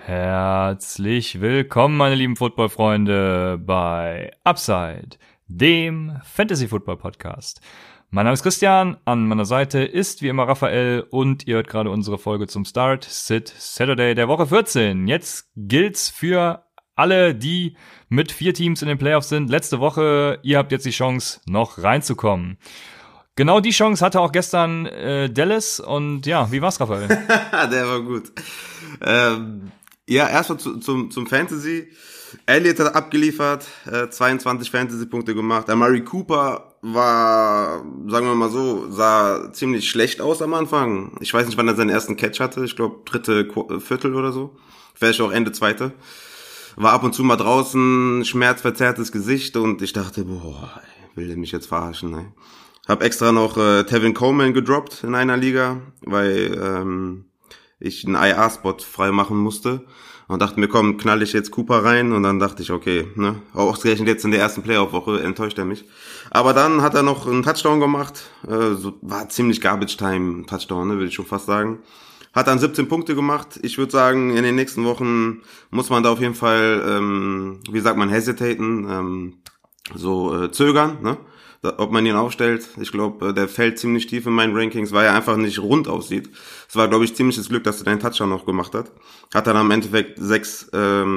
Herzlich willkommen, meine lieben Football-Freunde, bei Upside, dem Fantasy-Football-Podcast. Mein Name ist Christian, an meiner Seite ist wie immer Raphael und ihr hört gerade unsere Folge zum Start Sit Saturday der Woche 14. Jetzt gilt's für alle, die mit 4 Teams in den Playoffs sind. Letzte Woche, ihr habt jetzt die Chance, noch reinzukommen. Genau die Chance hatte auch gestern Dallas und ja, wie war's, Raphael? Der war gut. Ja, erstmal zum Fantasy. Elliott hat abgeliefert, 22 Fantasy-Punkte gemacht. Amari Cooper war, sagen wir mal so, sah ziemlich schlecht aus am Anfang. Ich weiß nicht, wann er seinen ersten Catch hatte. Ich glaube, dritte Viertel oder so. Vielleicht auch Ende zweite. War ab und zu mal draußen, schmerzverzerrtes Gesicht und ich dachte, boah, will der mich jetzt verarschen, ne? Hab extra noch Tevin Coleman gedroppt in einer Liga, weil ich einen IR-Spot frei machen musste und dachte mir, komm, knall ich jetzt Cooper rein und dann dachte ich, okay, ne, ausgerechnet jetzt in der ersten Playoff-Woche enttäuscht er mich. Aber dann hat er noch einen Touchdown gemacht, war ziemlich Garbage-Time-Touchdown, ne, würde ich schon fast sagen. Hat dann 17 Punkte gemacht. Ich würde sagen, in den nächsten Wochen muss man da auf jeden Fall, wie sagt man, hesitaten, zögern, ne? Ob man ihn aufstellt. Ich glaube, der fällt ziemlich tief in meinen Rankings, weil er einfach nicht rund aussieht. Es war, glaube ich, ziemliches Glück, dass er den Touchdown noch gemacht hat. Hat dann am Endeffekt 6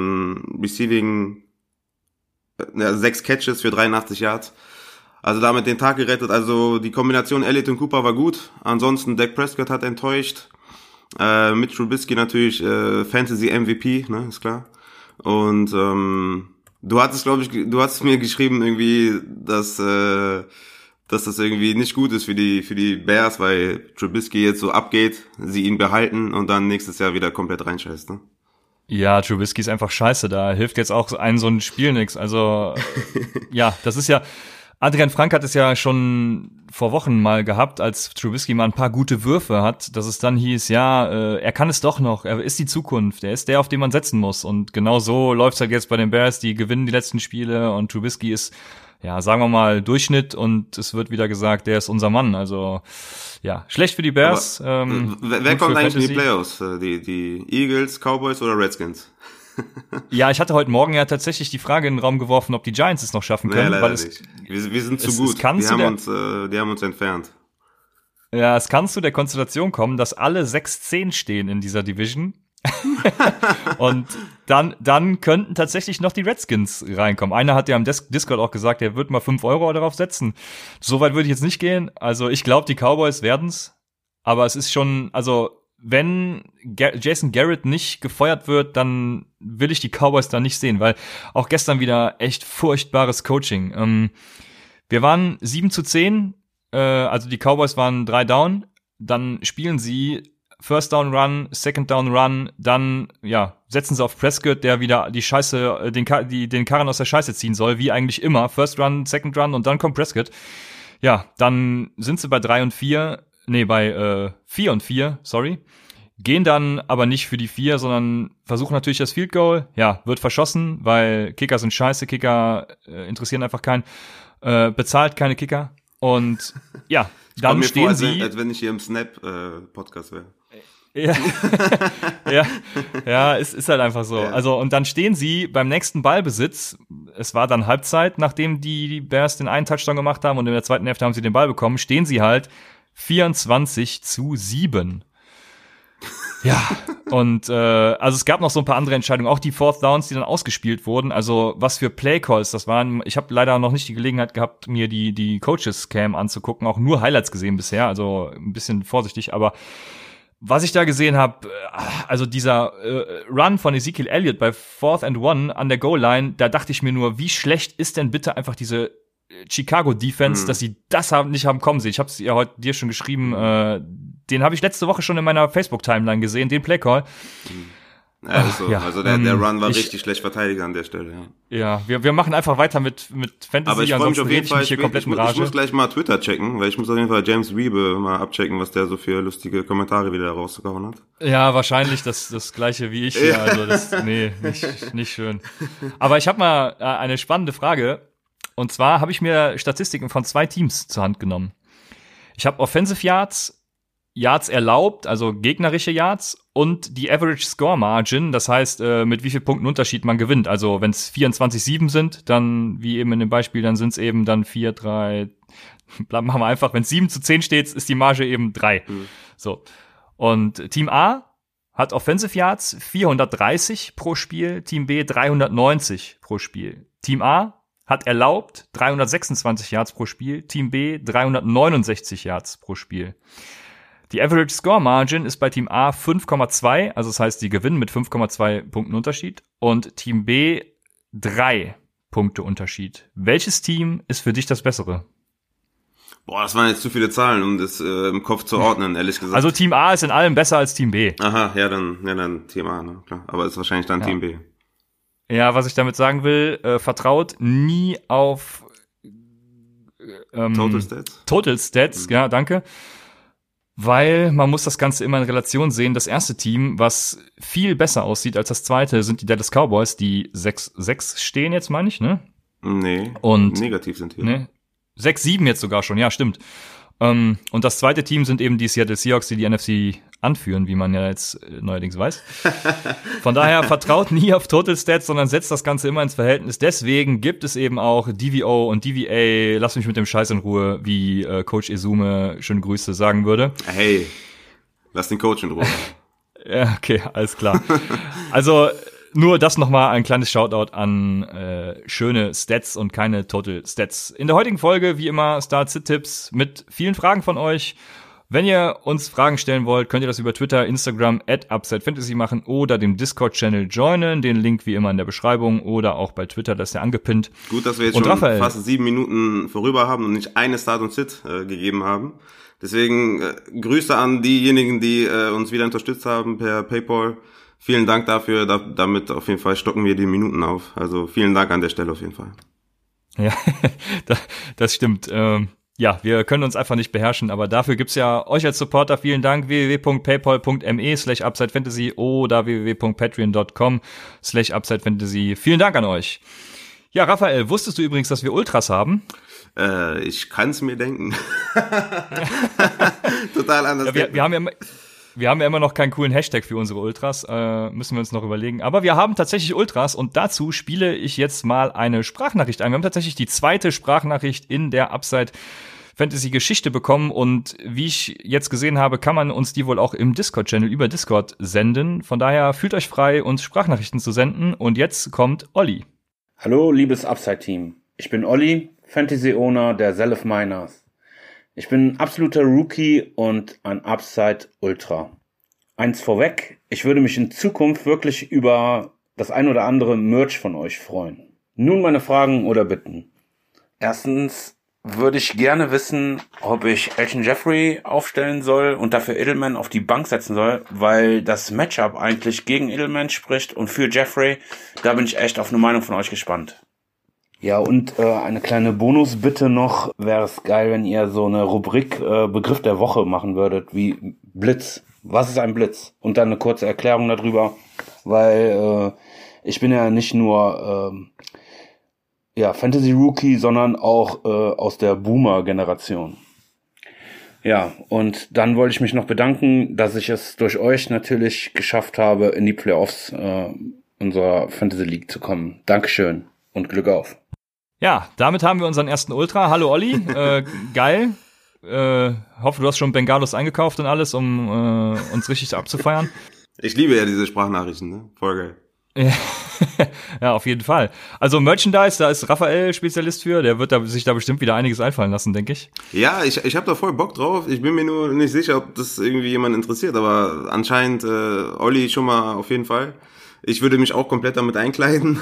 Catches für 83 Yards. Also damit den Tag gerettet. Also die Kombination Elliott und Cooper war gut. Ansonsten Dak Prescott hat enttäuscht. Mitch Trubisky natürlich Fantasy MVP, ne, ist klar. Und du hattest mir geschrieben irgendwie, dass das irgendwie nicht gut ist für die Bears, weil Trubisky jetzt so abgeht, sie ihn behalten und dann nächstes Jahr wieder komplett reinscheißt, ne? Ja, Trubisky ist einfach scheiße, da hilft jetzt auch so ein Spiel nix. Also ja, das ist ja, Adrian Frank hat es ja schon vor Wochen mal gehabt, als Trubisky mal ein paar gute Würfe hat, dass es dann hieß, ja, er kann es doch noch, er ist die Zukunft, er ist der, auf den man setzen muss. Und genau so läuft's halt jetzt bei den Bears, die gewinnen die letzten Spiele und Trubisky ist, ja, sagen wir mal, Durchschnitt und es wird wieder gesagt, der ist unser Mann. Also ja, schlecht für die Bears. Wer kommt eigentlich in die Playoffs? Die Eagles, Cowboys oder Redskins? Ja, ich hatte heute Morgen ja tatsächlich die Frage in den Raum geworfen, ob die Giants es noch schaffen können. Nee, leider nicht. Wir sind zu gut. Die haben uns entfernt. Ja, es kann zu der Konstellation kommen, dass alle 6-10 stehen in dieser Division. Und dann könnten tatsächlich noch die Redskins reinkommen. Einer hat ja am Discord auch gesagt, er wird mal 5 Euro darauf setzen. Soweit würde ich jetzt nicht gehen. Also ich glaube, die Cowboys werden's. Aber es ist schon, also wenn Jason Garrett nicht gefeuert wird, dann will ich die Cowboys da nicht sehen, weil auch gestern wieder echt furchtbares Coaching. Wir waren 7-10, also die Cowboys waren 3 down, dann spielen sie First Down Run, Second Down Run, dann ja setzen sie auf Prescott, der wieder die Scheiße, den Karren aus der Scheiße ziehen soll, wie eigentlich immer. First Run, Second Run und dann kommt Prescott. Ja, dann sind sie bei 4 und 4, sorry. Gehen dann aber nicht für die 4, sondern versuchen natürlich das Field Goal. Ja, wird verschossen, weil Kicker sind scheiße, Kicker interessieren einfach keinen. Bezahlt keine Kicker. Und ja, dann stehen vor, sie. Als wenn ich hier im Snap-Podcast wäre. Ja, ist halt einfach so. Ja. Also, und dann stehen sie beim nächsten Ballbesitz. Es war dann Halbzeit, nachdem die Bears den einen Touchdown gemacht haben und in der zweiten Hälfte haben sie den Ball bekommen, stehen sie halt 24-7. Ja, und also es gab noch so ein paar andere Entscheidungen, auch die Fourth Downs, die dann ausgespielt wurden. Also was für Playcalls das waren. Ich habe leider noch nicht die Gelegenheit gehabt, mir die Coaches-Cam anzugucken, auch nur Highlights gesehen bisher, also ein bisschen vorsichtig. Aber was ich da gesehen habe, also dieser Run von Ezekiel Elliott bei 4th and 1 an der Goal-Line, da dachte ich mir nur, wie schlecht ist denn bitte einfach diese Chicago-Defense, dass sie das nicht haben kommen sehen. Ich habe es ja heute dir schon geschrieben, den habe ich letzte Woche schon in meiner Facebook-Timeline gesehen, den Playcall. Also der Run war richtig schlecht verteidigt an der Stelle. Ja, wir machen einfach weiter mit Fantasy. Aber ich freue mich auf jeden Fall, ich muss gleich mal Twitter checken, weil ich muss auf jeden Fall James Wiebe mal abchecken, was der so für lustige Kommentare wieder rausgehauen hat. Ja, wahrscheinlich das gleiche wie ich. Ja. Also nicht schön. Aber ich habe mal eine spannende Frage. Und zwar habe ich mir Statistiken von 2 Teams zur Hand genommen. Ich habe Offensive Yards Yards erlaubt, also gegnerische Yards, und die Average Score Margin, das heißt, mit wie viel Punkten Unterschied man gewinnt. Also wenn es 24-7 sind, dann, wie eben in dem Beispiel, dann sind es eben dann 4-3, machen wir einfach, wenn es 7-10 steht, ist die Marge eben 3. So. Und Team A hat Offensive Yards 430 pro Spiel, Team B 390 pro Spiel. Team A hat erlaubt 326 Yards pro Spiel, Team B 369 Yards pro Spiel. Die Average Score Margin ist bei Team A 5,2, also das heißt, die gewinnen mit 5,2 Punkten Unterschied, und Team B 3 Punkte Unterschied. Welches Team ist für dich das bessere? Boah, das waren jetzt zu viele Zahlen, um das im Kopf zu ordnen, ehrlich gesagt. Also Team A ist in allem besser als Team B. Aha, ja, dann Team A, ne, klar. Aber ist wahrscheinlich dann Team B. Ja, was ich damit sagen will, vertraut nie auf Total Stats? Total Stats, ja, danke. Weil man muss das Ganze immer in Relation sehen. Das erste Team, was viel besser aussieht als das zweite, sind die Dallas Cowboys, die 6-6 stehen jetzt, meine ich, ne? Nee, und negativ sind wir. Ne? 6-7 jetzt sogar schon, ja, stimmt. Und das zweite Team sind eben die Seattle Seahawks, die NFC anführen, wie man ja jetzt neuerdings weiß. Von daher vertraut nie auf Total Stats, sondern setzt das Ganze immer ins Verhältnis. Deswegen gibt es eben auch DVO und DVA, lass mich mit dem Scheiß in Ruhe, wie Coach Esume, schöne Grüße, sagen würde. Hey, lass den Coach in Ruhe. Ja, okay, alles klar. Also nur das nochmal ein kleines Shoutout an schöne Stats und keine Total Stats. In der heutigen Folge, wie immer, Start-Sit-Tipps mit vielen Fragen von euch. Wenn ihr uns Fragen stellen wollt, könnt ihr das über Twitter, Instagram, @UpsideFantasy machen oder dem Discord-Channel joinen. Den Link wie immer in der Beschreibung oder auch bei Twitter, das ist ja angepinnt. Gut, dass wir jetzt und schon Raphael, fast 7 Minuten vorüber haben und nicht eine Start und Sit gegeben haben. Deswegen Grüße an diejenigen, die uns wieder unterstützt haben per PayPal. Vielen Dank dafür. Damit auf jeden Fall stocken wir die Minuten auf. Also vielen Dank an der Stelle auf jeden Fall. Ja, das stimmt. Ja, wir können uns einfach nicht beherrschen, aber dafür gibt's ja euch als Supporter. Vielen Dank. www.paypal.me/UpsideFantasy oder www.patreon.com/UpsideFantasy. Vielen Dank an euch. Ja, Raphael, wusstest du übrigens, dass wir Ultras haben? Ich kann's mir denken. Total anders. Ja, wir haben ja immer noch keinen coolen Hashtag für unsere Ultras, müssen wir uns noch überlegen. Aber wir haben tatsächlich Ultras und dazu spiele ich jetzt mal eine Sprachnachricht ein. Wir haben tatsächlich die zweite Sprachnachricht in der Upside-Fantasy-Geschichte bekommen und wie ich jetzt gesehen habe, kann man uns die wohl auch im Discord-Channel über Discord senden. Von daher fühlt euch frei, uns Sprachnachrichten zu senden. Und jetzt kommt Olli. Hallo, liebes Upside-Team. Ich bin Olli, Fantasy-Owner der Zelef Miners. Ich bin ein absoluter Rookie und ein Upside-Ultra. Eins vorweg, ich würde mich in Zukunft wirklich über das ein oder andere Merch von euch freuen. Nun meine Fragen oder Bitten. Erstens würde ich gerne wissen, ob ich Alshon Jeffrey aufstellen soll und dafür Edelman auf die Bank setzen soll, weil das Matchup eigentlich gegen Edelman spricht und für Jeffrey, da bin ich echt auf eine Meinung von euch gespannt. Ja, und eine kleine Bonusbitte noch, wäre es geil, wenn ihr so eine Rubrik Begriff der Woche machen würdet, wie Blitz. Was ist ein Blitz? Und dann eine kurze Erklärung darüber, weil ich bin ja nicht nur Fantasy-Rookie, sondern auch aus der Boomer-Generation. Ja, und dann wollte ich mich noch bedanken, dass ich es durch euch natürlich geschafft habe, in die Playoffs unserer Fantasy League zu kommen. Dankeschön und Glück auf. Ja, damit haben wir unseren ersten Ultra. Hallo Olli, geil. Hoffe, du hast schon Bengalos eingekauft und alles, um uns richtig abzufeiern. Ich liebe ja diese Sprachnachrichten, ne? Voll geil. Ja, auf jeden Fall. Also Merchandise, da ist Raphael Spezialist für, der wird sich da bestimmt wieder einiges einfallen lassen, denke ich. Ja, ich habe da voll Bock drauf. Ich bin mir nur nicht sicher, ob das irgendwie jemand interessiert, aber anscheinend Olli schon mal auf jeden Fall. Ich würde mich auch komplett damit einkleiden.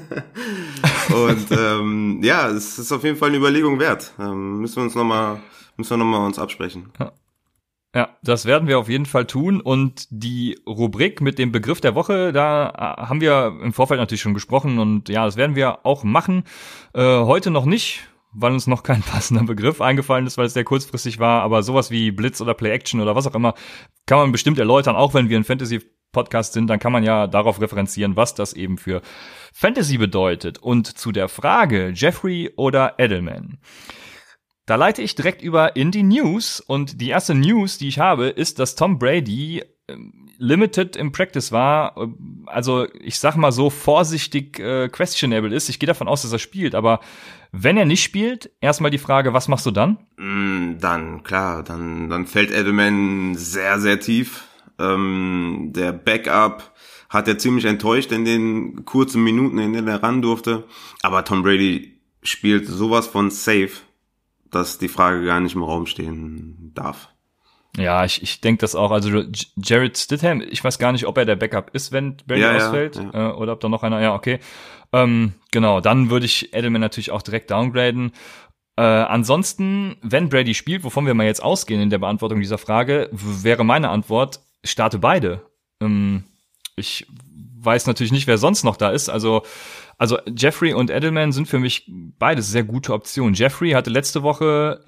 Und es ist auf jeden Fall eine Überlegung wert. Müssen wir nochmal uns absprechen. Ja, das werden wir auf jeden Fall tun. Und die Rubrik mit dem Begriff der Woche, da haben wir im Vorfeld natürlich schon gesprochen. Und ja, das werden wir auch machen. Heute noch nicht, weil uns noch kein passender Begriff eingefallen ist, weil es sehr kurzfristig war. Aber sowas wie Blitz oder Play-Action oder was auch immer, kann man bestimmt erläutern. Auch wenn wir ein Fantasy-Podcast sind, dann kann man ja darauf referenzieren, was das eben für Fantasy bedeutet. Und zu der Frage, Jeffrey oder Edelman. Da leite ich direkt über in die News und die erste News, die ich habe, ist, dass Tom Brady limited im Practice war, also ich sag mal so vorsichtig questionable ist. Ich gehe davon aus, dass er spielt, aber wenn er nicht spielt, erstmal die Frage, was machst du dann? Dann fällt Edelman sehr, sehr tief. Der Backup hat er ziemlich enttäuscht in den kurzen Minuten, in denen er ran durfte. Aber Tom Brady spielt sowas von safe, dass die Frage gar nicht im Raum stehen darf. Ja, ich denke das auch. Also Jared Stidham, ich weiß gar nicht, ob er der Backup ist, wenn Brady ausfällt, oder ob da noch einer. Ja, okay. Genau, dann würde ich Edelman natürlich auch direkt downgraden. Ansonsten, wenn Brady spielt, wovon wir mal jetzt ausgehen in der Beantwortung dieser Frage, wäre meine Antwort, starte beide. Ich weiß natürlich nicht, wer sonst noch da ist. Also Jeffrey und Edelman sind für mich beides sehr gute Optionen. Jeffrey hatte letzte Woche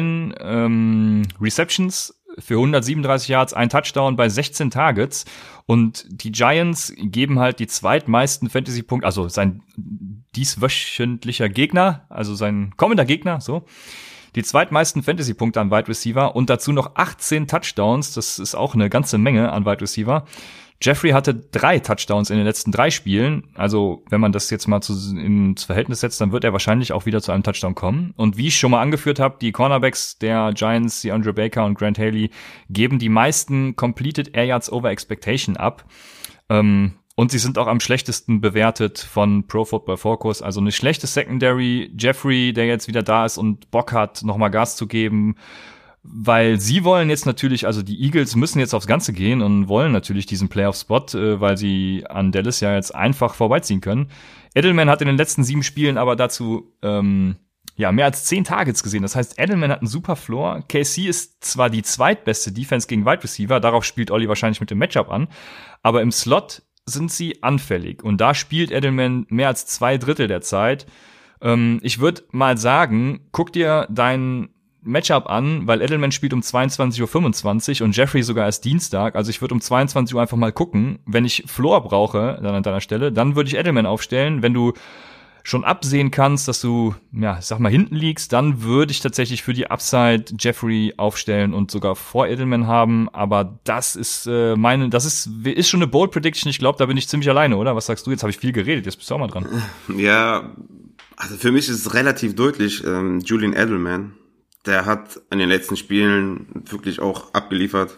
9 Receptions für 137 Yards, ein Touchdown bei 16 Targets. Und die Giants geben halt die zweitmeisten Fantasy-Punkte, also sein dieswöchentlicher Gegner, also sein kommender Gegner, so. Die zweitmeisten Fantasy-Punkte an Wide Receiver und dazu noch 18 Touchdowns. Das ist auch eine ganze Menge an Wide Receiver. Jeffrey hatte 3 Touchdowns in den letzten 3 Spielen. Also wenn man das jetzt mal ins Verhältnis setzt, dann wird er wahrscheinlich auch wieder zu einem Touchdown kommen. Und wie ich schon mal angeführt habe, die Cornerbacks der Giants, DeAndre Baker und Grant Haley, geben die meisten Completed Air Yards over Expectation ab. Und sie sind auch am schlechtesten bewertet von Pro Football Focus. Also eine schlechte Secondary. Jeffrey, der jetzt wieder da ist und Bock hat, nochmal Gas zu geben. Weil sie wollen jetzt natürlich, also die Eagles müssen jetzt aufs Ganze gehen und wollen natürlich diesen Playoff-Spot, weil sie an Dallas ja jetzt einfach vorbeiziehen können. Edelman hat in den letzten 7 Spielen aber dazu mehr als 10 Targets gesehen. Das heißt, Edelman hat einen super Floor. KC ist zwar die zweitbeste Defense gegen Wide Receiver, darauf spielt Olli wahrscheinlich mit dem Matchup an, aber im Slot sind sie anfällig. Und da spielt Edelman mehr als 2/3 der Zeit. Ich würde mal sagen, guck dir dein Matchup an, weil Edelman spielt um 22:25 Uhr und Jeffrey sogar erst Dienstag. Also ich würde um 22 Uhr einfach mal gucken. Wenn ich Floor brauche, dann an deiner Stelle, dann würde ich Edelman aufstellen. Wenn du schon absehen kannst, dass du, sag mal, hinten liegst, dann würde ich tatsächlich für die Upside Jeffrey aufstellen und sogar vor Edelman haben. Aber das ist ist schon eine Bold Prediction. Ich glaube, da bin ich ziemlich alleine, oder? Was sagst du? Jetzt habe ich viel geredet, jetzt bist du auch mal dran. Ja, also für mich ist es relativ deutlich, Julian Edelman. Der hat in den letzten Spielen wirklich auch abgeliefert.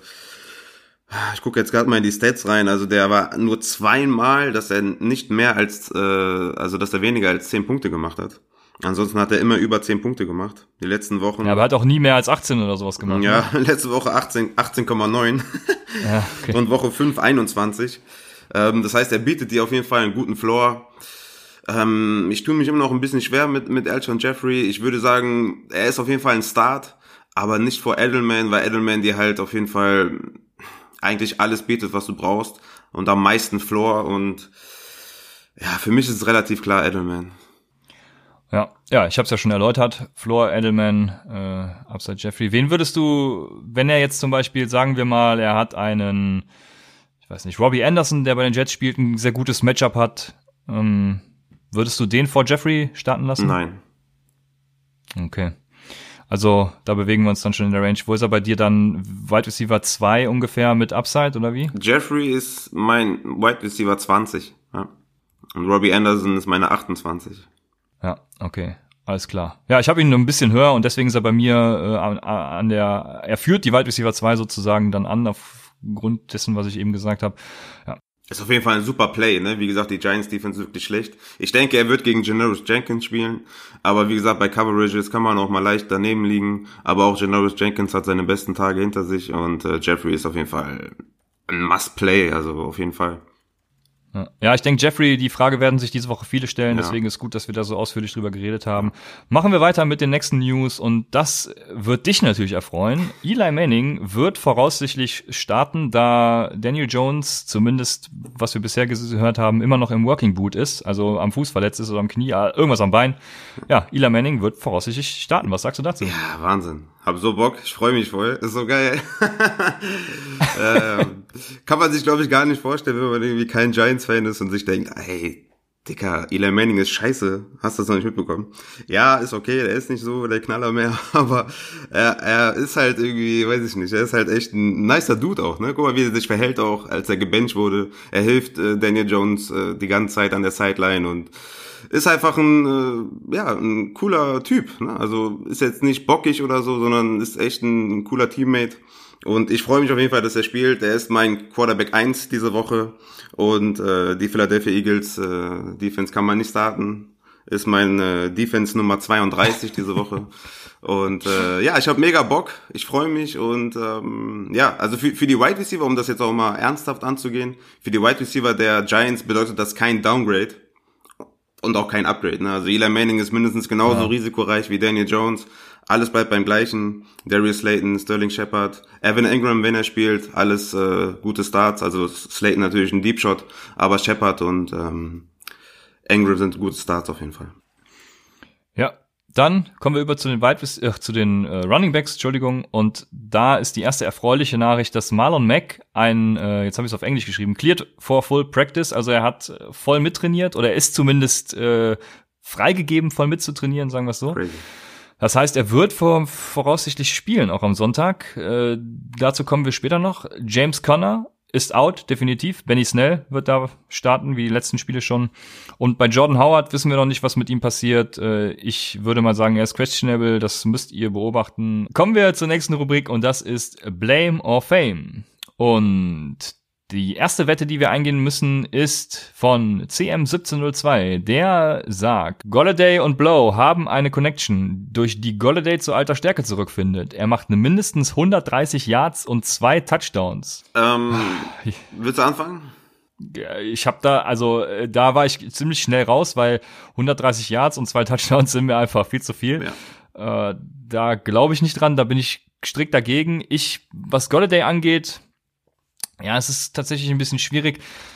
Ich gucke jetzt gerade mal in die Stats rein. Also der war nur 2-mal, dass er nicht mehr als, dass er weniger als 10 Punkte gemacht hat. Ansonsten hat er immer über 10 Punkte gemacht. Die letzten Wochen. Ja, aber er hat auch nie mehr als 18 oder sowas gemacht. Ja, ne? Letzte Woche 18,9. Ja, okay. Und Woche 5 21. Das heißt, er bietet dir auf jeden Fall einen guten Floor. Ich tue mich immer noch ein bisschen schwer mit Alshon Jeffrey. Ich würde sagen, er ist auf jeden Fall ein Start, aber nicht vor Edelman, weil Edelman dir halt auf jeden Fall eigentlich alles bietet, was du brauchst und am meisten Floor und ja, für mich ist es relativ klar Edelman. Ja, ich habe es ja schon erläutert. Floor, Edelman, Upside Jeffrey. Wen würdest du, wenn er jetzt zum Beispiel, sagen wir mal, er hat einen, ich weiß nicht, Robbie Anderson, der bei den Jets spielt, ein sehr gutes Matchup hat, würdest du den vor Jeffrey starten lassen? Nein. Okay. Also, da bewegen wir uns dann schon in der Range. Wo ist er bei dir dann? Wide Receiver 2 ungefähr mit Upside, oder wie? Jeffrey ist mein Wide Receiver 20. Ja. Und Robbie Anderson ist meine 28. Ja, okay. Alles klar. Ja, ich habe ihn nur ein bisschen höher und deswegen ist er bei mir er führt die Wide Receiver 2 sozusagen dann an, aufgrund dessen, was ich eben gesagt habe. Ja. Ist auf jeden Fall ein super Play, ne? Wie gesagt, die Giants Defense ist wirklich schlecht. Ich denke, er wird gegen Janoris Jenkins spielen. Aber wie gesagt, bei Coverages kann man auch mal leicht daneben liegen. Aber auch Janoris Jenkins hat seine besten Tage hinter sich. Und Jeffrey ist auf jeden Fall ein Must-Play, also auf jeden Fall. Ja, ich denke, Jeffrey, die Frage werden sich diese Woche viele stellen, deswegen ist gut, dass wir da so ausführlich drüber geredet haben. Machen wir weiter mit den nächsten News und das wird dich natürlich erfreuen. Eli Manning wird voraussichtlich starten, da Daniel Jones, zumindest was wir bisher gehört haben, immer noch im Working Boot ist, also am Fuß verletzt ist oder am Knie, irgendwas am Bein. Ja, Eli Manning wird voraussichtlich starten. Was sagst du dazu? Ja, Wahnsinn. Hab so Bock, ich freue mich voll, ist so geil. Kann man sich, glaube ich, gar nicht vorstellen, wenn man irgendwie kein Giants-Fan ist und sich denkt, hey, Dicker, Eli Manning ist scheiße. Hast du das noch nicht mitbekommen? Ja, ist okay, der ist nicht so der Knaller mehr, aber er ist halt irgendwie, weiß ich nicht, er ist halt echt ein nicer Dude auch, ne? Guck mal, wie er sich verhält auch, als er gebencht wurde. Er hilft Daniel Jones die ganze Zeit an der Sideline und ist einfach ein cooler Typ, ne? Also ist jetzt nicht bockig oder so, sondern ist echt ein cooler Teammate. Und ich freue mich auf jeden Fall, dass er spielt. Er ist mein Quarterback 1 diese Woche. Und die Philadelphia Eagles Defense kann man nicht starten. Ist mein Defense Nummer 32 diese Woche. Und ich habe mega Bock. Ich freue mich. Und also für die Wide Receiver, um das jetzt auch mal ernsthaft anzugehen, für die Wide Receiver der Giants bedeutet das kein Downgrade und auch kein Upgrade. Ne? Also Eli Manning ist mindestens genauso risikoreich wie Daniel Jones. Alles bleibt beim Gleichen. Darius Slayton, Sterling Shepard, Evan Ingram, wenn er spielt, alles gute Starts. Also Slayton natürlich ein Deep Shot, aber Shepard und Ingram sind gute Starts auf jeden Fall. Ja, dann kommen wir über zu den Running Backs, Entschuldigung. Und da ist die erste erfreuliche Nachricht, dass Marlon Mack jetzt habe ich es auf Englisch geschrieben, cleared for full practice. Also er hat voll mittrainiert oder er ist zumindest freigegeben, voll mitzutrainieren, sagen wir es so. Crazy. Das heißt, er wird voraussichtlich spielen, auch am Sonntag. Dazu kommen wir später noch. James Conner ist out, definitiv. Benny Snell wird da starten, wie die letzten Spiele schon. Und bei Jordan Howard wissen wir noch nicht, was mit ihm passiert. Ich würde mal sagen, er ist questionable. Das müsst ihr beobachten. Kommen wir zur nächsten Rubrik und das ist Blame or Fame. Und die erste Wette, die wir eingehen müssen, ist von CM1702. Der sagt, Golladay und Blow haben eine Connection, durch die Golladay zu alter Stärke zurückfindet. Er macht mindestens 130 Yards und 2 Touchdowns. Willst du anfangen? Ich habe da war ich ziemlich schnell raus, weil 130 Yards und 2 Touchdowns sind mir einfach viel zu viel. Ja. Da glaube ich nicht dran, da bin ich strikt dagegen. Was Golladay angeht, ja, es ist tatsächlich ein bisschen schwierig.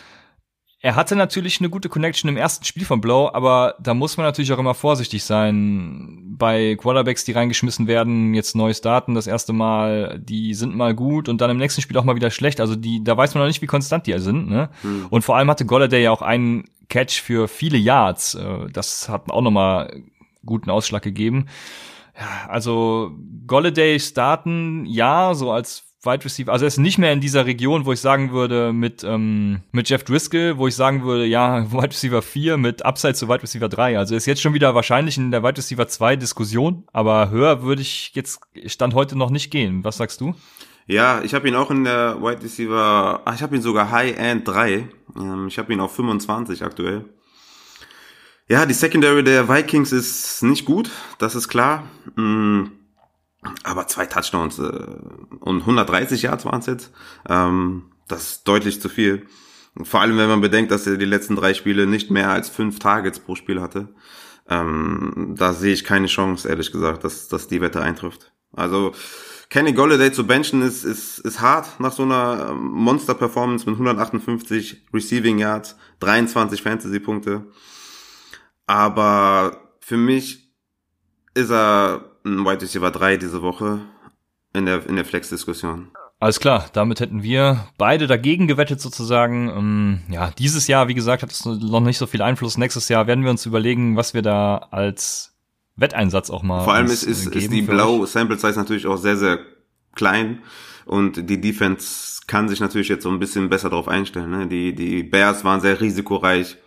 Er hatte natürlich eine gute Connection im ersten Spiel von Blow, aber da muss man natürlich auch immer vorsichtig sein. Bei Quarterbacks, die reingeschmissen werden, jetzt neu starten das erste Mal, die sind mal gut und dann im nächsten Spiel auch mal wieder schlecht. Also da weiß man noch nicht, wie konstant die sind, ne? Und vor allem hatte Golladay ja auch einen Catch für viele Yards. Das hat auch nochmal guten Ausschlag gegeben. Ja, also Golladay starten, ja, so als Wide Receiver, also er ist nicht mehr in dieser Region, wo ich sagen würde, mit Jeff Driscoll, wo ich sagen würde, ja, Wide Receiver 4 mit Upside zu Wide Receiver 3. Also er ist jetzt schon wieder wahrscheinlich in der Wide Receiver 2 Diskussion, aber höher würde ich jetzt Stand heute noch nicht gehen. Was sagst du? Ja, ich habe ihn auch in der Wide Receiver, ich habe ihn sogar High-End 3. Ich habe ihn auf 25 aktuell. Ja, die Secondary der Vikings ist nicht gut, das ist klar. Aber 2 Touchdowns und 130 Yards waren es jetzt. Das ist deutlich zu viel. Vor allem, wenn man bedenkt, dass er die letzten 3 Spiele nicht mehr als 5 Targets pro Spiel hatte. Da sehe ich keine Chance, ehrlich gesagt, dass die Wette eintrifft. Also Kenny Golladay zu benchen ist hart nach so einer Monster-Performance mit 158 Receiving Yards, 23 Fantasy-Punkte. Aber für mich ist er ein Wide Receiver 3 diese Woche in der Flex-Diskussion. Alles klar, damit hätten wir beide dagegen gewettet sozusagen. Dieses Jahr, wie gesagt, hat es noch nicht so viel Einfluss. Nächstes Jahr werden wir uns überlegen, was wir da als Wetteinsatz auch mal vor allem ist die Blow-Sample-Size natürlich auch sehr, sehr klein und die Defense kann sich natürlich jetzt so ein bisschen besser darauf einstellen. Ne? Die Bears waren sehr risikoreich.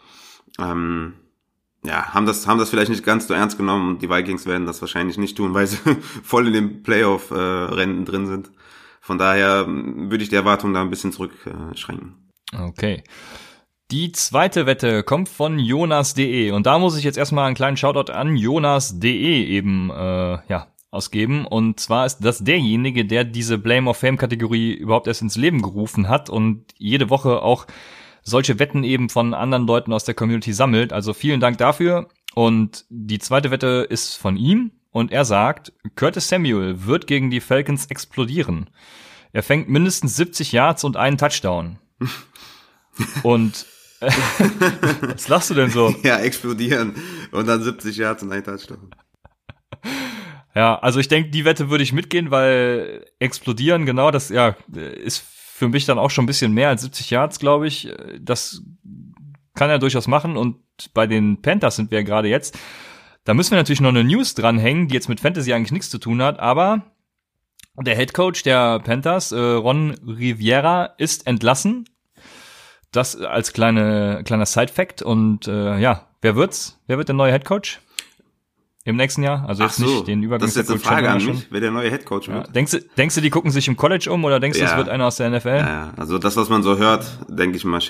Haben das vielleicht nicht ganz so ernst genommen und die Vikings werden das wahrscheinlich nicht tun, weil sie voll in den Playoff-Rennen drin sind. Von daher würde ich die Erwartungen da ein bisschen zurückschränken. Okay. Die zweite Wette kommt von Jonas.de und da muss ich jetzt erstmal einen kleinen Shoutout an Jonas.de eben ausgeben. Und zwar ist das derjenige, der diese Blame of Fame-Kategorie überhaupt erst ins Leben gerufen hat und jede Woche auch solche Wetten eben von anderen Leuten aus der Community sammelt. Also vielen Dank dafür. Und die zweite Wette ist von ihm und er sagt, Curtis Samuel wird gegen die Falcons explodieren. Er fängt mindestens 70 Yards und einen Touchdown. Und was lachst du denn so? Ja, explodieren und dann 70 Yards und ein Touchdown. Ja, also ich denke, die Wette würde ich mitgehen, weil explodieren, genau, das ist für mich dann auch schon ein bisschen mehr als 70 Yards, glaube ich. Das kann er durchaus machen. Und bei den Panthers sind wir ja gerade jetzt. Da müssen wir natürlich noch eine News dranhängen, die jetzt mit Fantasy eigentlich nichts zu tun hat, aber der Headcoach der Panthers, Ron Rivera, ist entlassen. Das als kleiner Side-Fact. Und wer wird's? Wer wird der neue Headcoach im nächsten Jahr? Also jetzt nicht den Übergang. Das ist jetzt eine Frage an mich, wer der neue Headcoach wird. Ja. Denkst du, die gucken sich im College um oder denkst du, es wird einer aus der NFL? Ja, also das, was man so hört, denke ich mal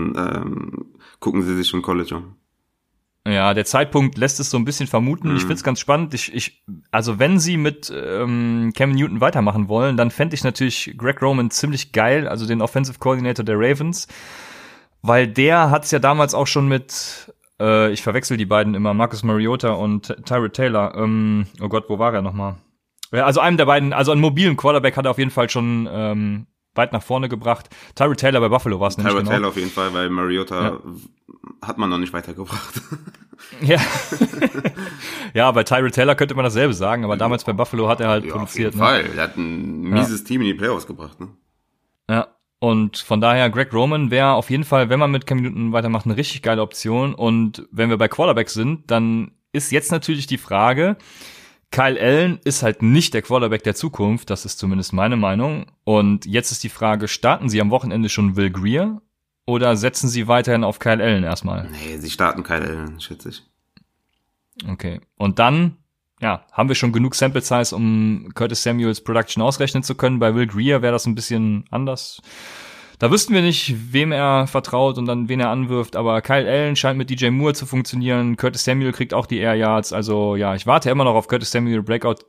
gucken sie sich im College um. Ja, der Zeitpunkt lässt es so ein bisschen vermuten. Ich find's ganz spannend. Also wenn sie mit Cam Newton weitermachen wollen, dann fände ich natürlich Greg Roman ziemlich geil, also den Offensive Coordinator der Ravens, weil der hat's ja damals auch schon mit, ich verwechsel die beiden immer, Marcus Mariota und Tyrod Taylor. Oh Gott, wo war er nochmal? Ja, also einem der beiden, also einen mobilen Quarterback hat er auf jeden Fall schon weit nach vorne gebracht. Tyrod Taylor bei Buffalo war es nämlich, Tyrod Taylor auf jeden Fall, weil Mariota hat man noch nicht weitergebracht. Ja. Ja, bei Tyrod Taylor könnte man dasselbe sagen, aber damals bei Buffalo hat er halt produziert. Auf jeden Fall. Er hat ein mieses Team in die Playoffs gebracht, ne? Ja. Und von daher, Greg Roman wäre auf jeden Fall, wenn man mit Cam Newton weitermacht, eine richtig geile Option. Und wenn wir bei Quarterbacks sind, dann ist jetzt natürlich die Frage, Kyle Allen ist halt nicht der Quarterback der Zukunft, das ist zumindest meine Meinung. Und jetzt ist die Frage, starten Sie am Wochenende schon Will Grier oder setzen Sie weiterhin auf Kyle Allen erstmal? Nee, sie starten Kyle Allen, schätze ich. Okay. Und dann, haben wir schon genug Sample Size, um Curtis Samuels Production ausrechnen zu können. Bei Will Grier wäre das ein bisschen anders. Da wüssten wir nicht, wem er vertraut und dann wen er anwirft, aber Kyle Allen scheint mit DJ Moore zu funktionieren. Curtis Samuel kriegt auch die Air Yards. Also ich warte immer noch auf Curtis Samuels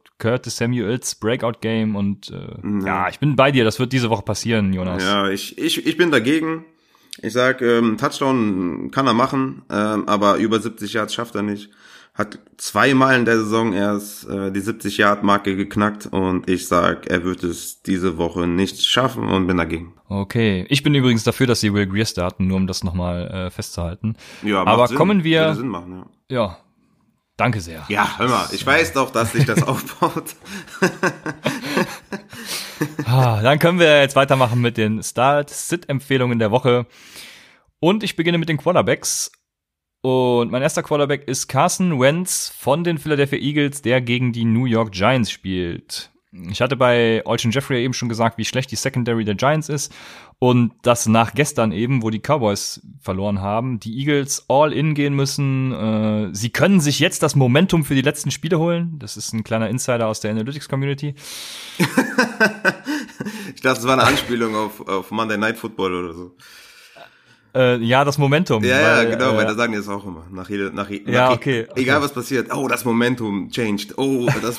Breakout Game und ich bin bei dir. Das wird diese Woche passieren, Jonas. Ja, ich bin dagegen. Ich sag, Touchdown kann er machen, aber über 70 Yards schafft er nicht. Hat 2-mal in der Saison erst die 70-Yard-Marke geknackt und ich sag, er wird es diese Woche nicht schaffen und bin dagegen. Okay, ich bin übrigens dafür, dass sie Will Grier starten, nur um das nochmal festzuhalten. Ja, aber Sinn. Kommen wir... Würde Sinn machen, ja. Danke sehr. Ja, hör mal, ich weiß doch, dass sich das aufbaut. Dann können wir jetzt weitermachen mit den Start-Sit-Empfehlungen der Woche. Und ich beginne mit den Quarterbacks. Und mein erster Quarterback ist Carson Wentz von den Philadelphia Eagles, der gegen die New York Giants spielt. Ich hatte bei Alshon Jeffrey eben schon gesagt, wie schlecht die Secondary der Giants ist. Und das nach gestern eben, wo die Cowboys verloren haben, die Eagles all in gehen müssen. Sie können sich jetzt das Momentum für die letzten Spiele holen. Das ist ein kleiner Insider aus der Analytics-Community. Ich dachte, es war eine Anspielung auf Monday Night Football oder so. Das Momentum. Ja, genau, weil da sagen die es auch immer. Okay. Egal was passiert. Oh, das Momentum changed. Oh, das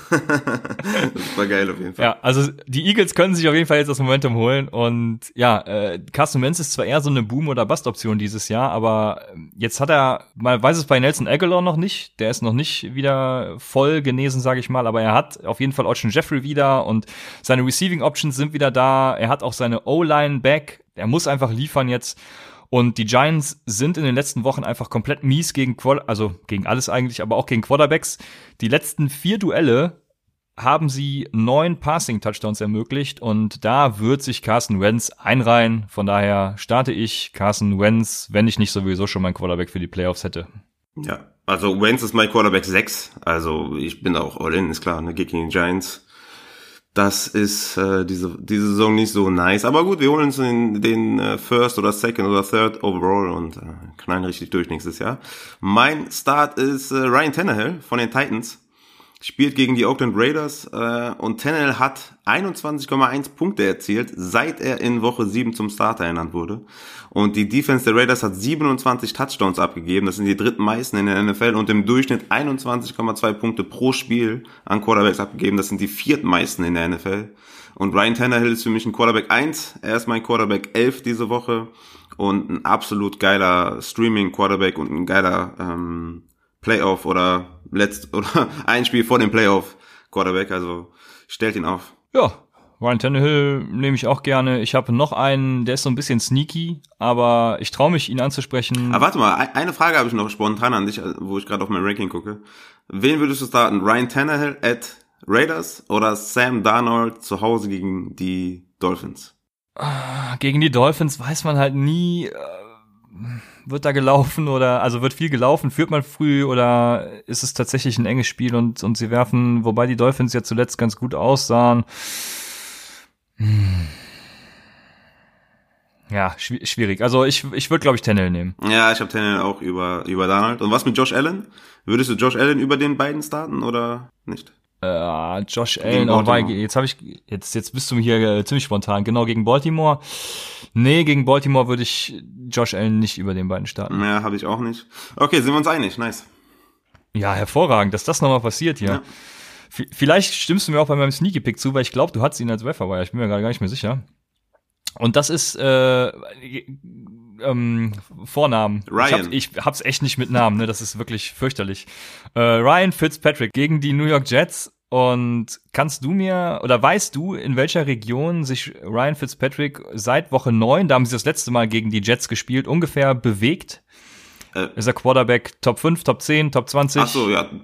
war geil auf jeden Fall. Ja, also die Eagles können sich auf jeden Fall jetzt das Momentum holen und Carson Wentz ist zwar eher so eine Boom- oder Bust-Option dieses Jahr, aber jetzt man weiß es bei Nelson Aguilar noch nicht, der ist noch nicht wieder voll genesen, sage ich mal, aber er hat auf jeden Fall Alshon Jeffrey wieder und seine Receiving Options sind wieder da, er hat auch seine O-Line back. Er muss einfach liefern jetzt. Und die Giants sind in den letzten Wochen einfach komplett mies gegen alles eigentlich, aber auch gegen Quarterbacks. Die letzten 4 Duelle haben sie 9 Passing-Touchdowns ermöglicht und da wird sich Carson Wentz einreihen. Von daher starte ich Carson Wentz, wenn ich nicht sowieso schon meinen Quarterback für die Playoffs hätte. Ja, also Wentz ist mein Quarterback 6. Also ich bin auch all in, ist klar, ne, gegen die Giants. Das ist diese Saison nicht so nice. Aber gut, wir holen uns den First oder Second oder Third Overall und knallen richtig durch nächstes Jahr. Mein Start ist Ryan Tannehill von den Titans. Spielt gegen die Oakland Raiders und Tannehill hat 21,1 Punkte erzielt, seit er in Woche 7 zum Starter ernannt wurde. Und die Defense der Raiders hat 27 Touchdowns abgegeben, das sind die drittmeisten in der NFL und im Durchschnitt 21,2 Punkte pro Spiel an Quarterbacks abgegeben, das sind die viertmeisten in der NFL. Und Ryan Tannehill ist für mich ein Quarterback 1, er ist mein Quarterback 11 diese Woche und ein absolut geiler Streaming-Quarterback und ein geiler Playoff oder ein Spiel vor dem Playoff Quarterback, also stellt ihn auf. Ja, Ryan Tannehill nehme ich auch gerne. Ich habe noch einen, der ist so ein bisschen sneaky, aber ich traue mich, ihn anzusprechen. Aber warte mal, eine Frage habe ich noch spontan an dich, wo ich gerade auf mein Ranking gucke. Wen würdest du starten? Ryan Tannehill at Raiders oder Sam Darnold zu Hause gegen die Dolphins? Gegen die Dolphins weiß man halt nie. wird da gelaufen also wird viel gelaufen, führt man früh oder ist es tatsächlich ein enges Spiel und sie werfen, wobei die Dolphins ja zuletzt ganz gut aussahen. Ja, schwierig. Also ich würde, glaube ich, Tannehill nehmen. Ja, ich habe Tannehill auch über Darnold. Und was mit Josh Allen? Würdest du Josh Allen über den beiden starten oder nicht? Josh Allen, jetzt bist du hier ziemlich spontan. Genau, gegen Baltimore. Nee, gegen Baltimore würde ich Josh Allen nicht über den beiden starten. Ja, habe ich auch nicht. Okay, sind wir uns einig. Nice. Ja, hervorragend, dass das nochmal passiert hier. Ja. Vielleicht stimmst du mir auch bei meinem Sneaky-Pick zu, weil ich glaube, du hattest ihn als Waiver-Wire. Ich bin mir gar nicht mehr sicher. Und das ist Vornamen. Ryan. Ich hab's echt nicht mit Namen, ne? Das ist wirklich fürchterlich. Ryan Fitzpatrick gegen die New York Jets. Und kannst du mir, oder weißt du, in welcher Region sich Ryan Fitzpatrick seit Woche 9, da haben sie das letzte Mal gegen die Jets gespielt, ungefähr bewegt? Ist er Quarterback Top 5, Top 10, Top 20? Ach so, ja.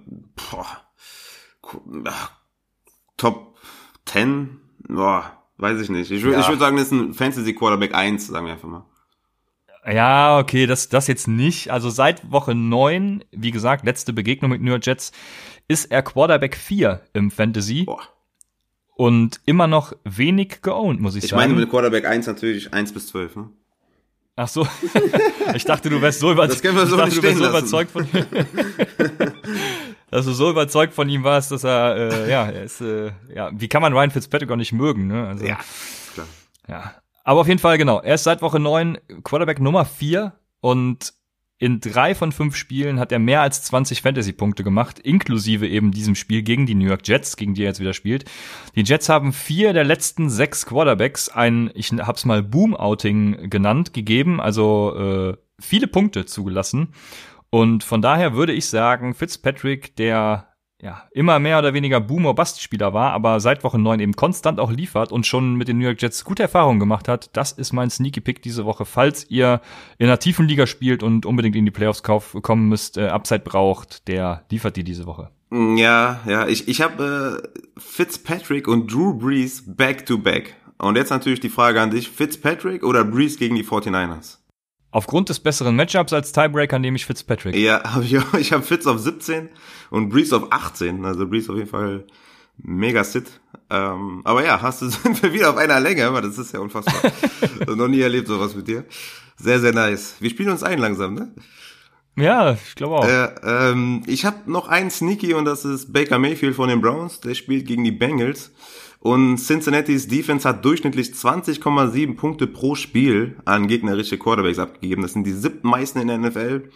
Top 10? Boah, weiß ich nicht. Ich würde sagen, das ist ein Fantasy Quarterback 1, sagen wir einfach mal. Ja, okay, das jetzt nicht. Also seit Woche 9, wie gesagt, letzte Begegnung mit New York Jets, ist er Quarterback 4 im Fantasy. Boah. Und immer noch wenig geowned, muss ich sagen. Ich meine mit Quarterback 1 natürlich 1 bis 12, ne? Ach so. Ich dachte, du wärst so überzeugt. Das können wir so nicht stehen lassen. Überzeugt von dass du so überzeugt von ihm warst, dass er ist wie kann man Ryan Fitzpatrick auch nicht mögen, ne? Also, ja, klar. Ja. Aber auf jeden Fall, genau. Er ist seit Woche 9 Quarterback Nummer 4 und in 3 von 5 Spielen hat er mehr als 20 Fantasy-Punkte gemacht, inklusive eben diesem Spiel gegen die New York Jets, gegen die er jetzt wieder spielt. Die Jets haben 4 der letzten 6 Quarterbacks ich hab's mal Boom-Outing genannt, gegeben, also viele Punkte zugelassen. Und von daher würde ich sagen, Fitzpatrick, der immer mehr oder weniger Boom-or-Bust-Spieler war, aber seit Woche 9 eben konstant auch liefert und schon mit den New York Jets gute Erfahrungen gemacht hat, das ist mein Sneaky-Pick diese Woche. Falls ihr in einer tiefen Liga spielt und unbedingt in die Playoffs kommen müsst, Upside braucht, der liefert die diese Woche. Ja, ich habe Fitzpatrick und Drew Brees back-to-back. Und jetzt natürlich die Frage an dich, Fitzpatrick oder Brees gegen die 49ers? Aufgrund des besseren Matchups als Tiebreaker nehme ich Fitzpatrick. Ja, habe ich auch. Ich habe Fitz auf 17 und Brees auf 18. Also Brees auf jeden Fall mega sit. Aber ja, sind wir wieder auf einer Länge, aber das ist ja unfassbar. Noch nie erlebt sowas mit dir. Sehr, sehr nice. Wir spielen uns ein langsam, ne? Ja, ich glaube auch. Ich habe noch einen Sneaky und das ist Baker Mayfield von den Browns. Der spielt gegen die Bengals. Und Cincinnati's Defense hat durchschnittlich 20,7 Punkte pro Spiel an gegnerische Quarterbacks abgegeben. Das sind die 7. meisten in der NFL.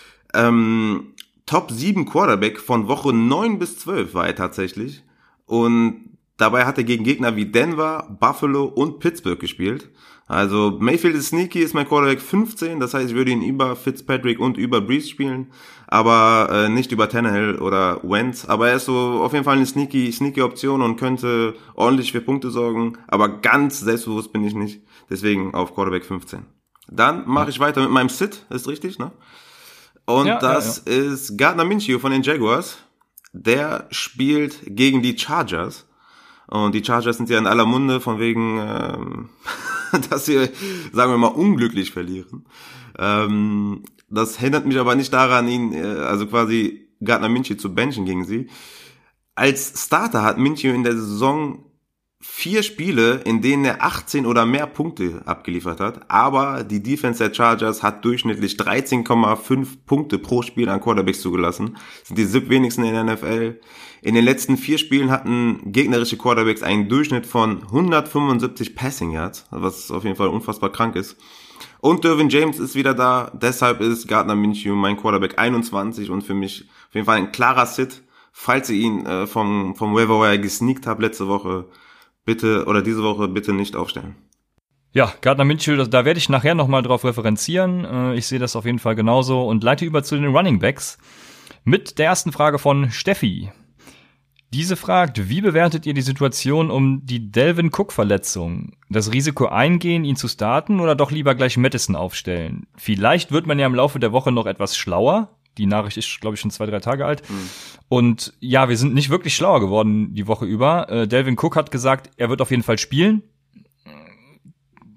Top 7 Quarterback von Woche 9 bis 12 war er tatsächlich. Und dabei hat er gegen Gegner wie Denver, Buffalo und Pittsburgh gespielt. Also Mayfield ist sneaky, ist mein Quarterback 15. Das heißt, ich würde ihn über Fitzpatrick und über Brees spielen. Aber nicht über Tannehill oder Wentz. Aber er ist so auf jeden Fall eine sneaky Option und könnte ordentlich für Punkte sorgen. Aber ganz selbstbewusst bin ich nicht. Deswegen auf Quarterback 15. Dann mache ich weiter mit meinem Sit. Ist richtig, ne? Und das ist Gardner Minshew von den Jaguars. Der spielt gegen die Chargers. Und die Chargers sind ja in aller Munde von wegen, dass sie, sagen wir mal, unglücklich verlieren. Das hindert mich aber nicht daran, ihn, also quasi Gardner Minshew zu benchen gegen sie. Als Starter hat Minshew in der Saison 4 Spiele, in denen er 18 oder mehr Punkte abgeliefert hat. Aber die Defense der Chargers hat durchschnittlich 13,5 Punkte pro Spiel an Quarterbacks zugelassen. Das sind die 7 wenigsten in der NFL. In den letzten 4 Spielen hatten gegnerische Quarterbacks einen Durchschnitt von 175 Passing Yards, was auf jeden Fall unfassbar krank ist. Und Derwin James ist wieder da, deshalb ist Gardner Minshew mein Quarterback 21 und für mich auf jeden Fall ein klarer Sit. Falls ihr ihn vom Waiver Wire gesneakt habt letzte Woche, bitte, oder diese Woche bitte nicht aufstellen. Ja, Gardner Minshew, da werde ich nachher nochmal drauf referenzieren. Ich sehe das auf jeden Fall genauso und leite über zu den Running Backs mit der ersten Frage von Steffi. Diese fragt, wie bewertet ihr die Situation um die Dalvin Cook-Verletzung? Das Risiko eingehen, ihn zu starten oder doch lieber gleich Madison aufstellen? Vielleicht wird man ja im Laufe der Woche noch etwas schlauer. Die Nachricht ist, glaube ich, schon 2-3 Tage alt. Und ja, wir sind nicht wirklich schlauer geworden die Woche über. Dalvin Cook hat gesagt, er wird auf jeden Fall spielen.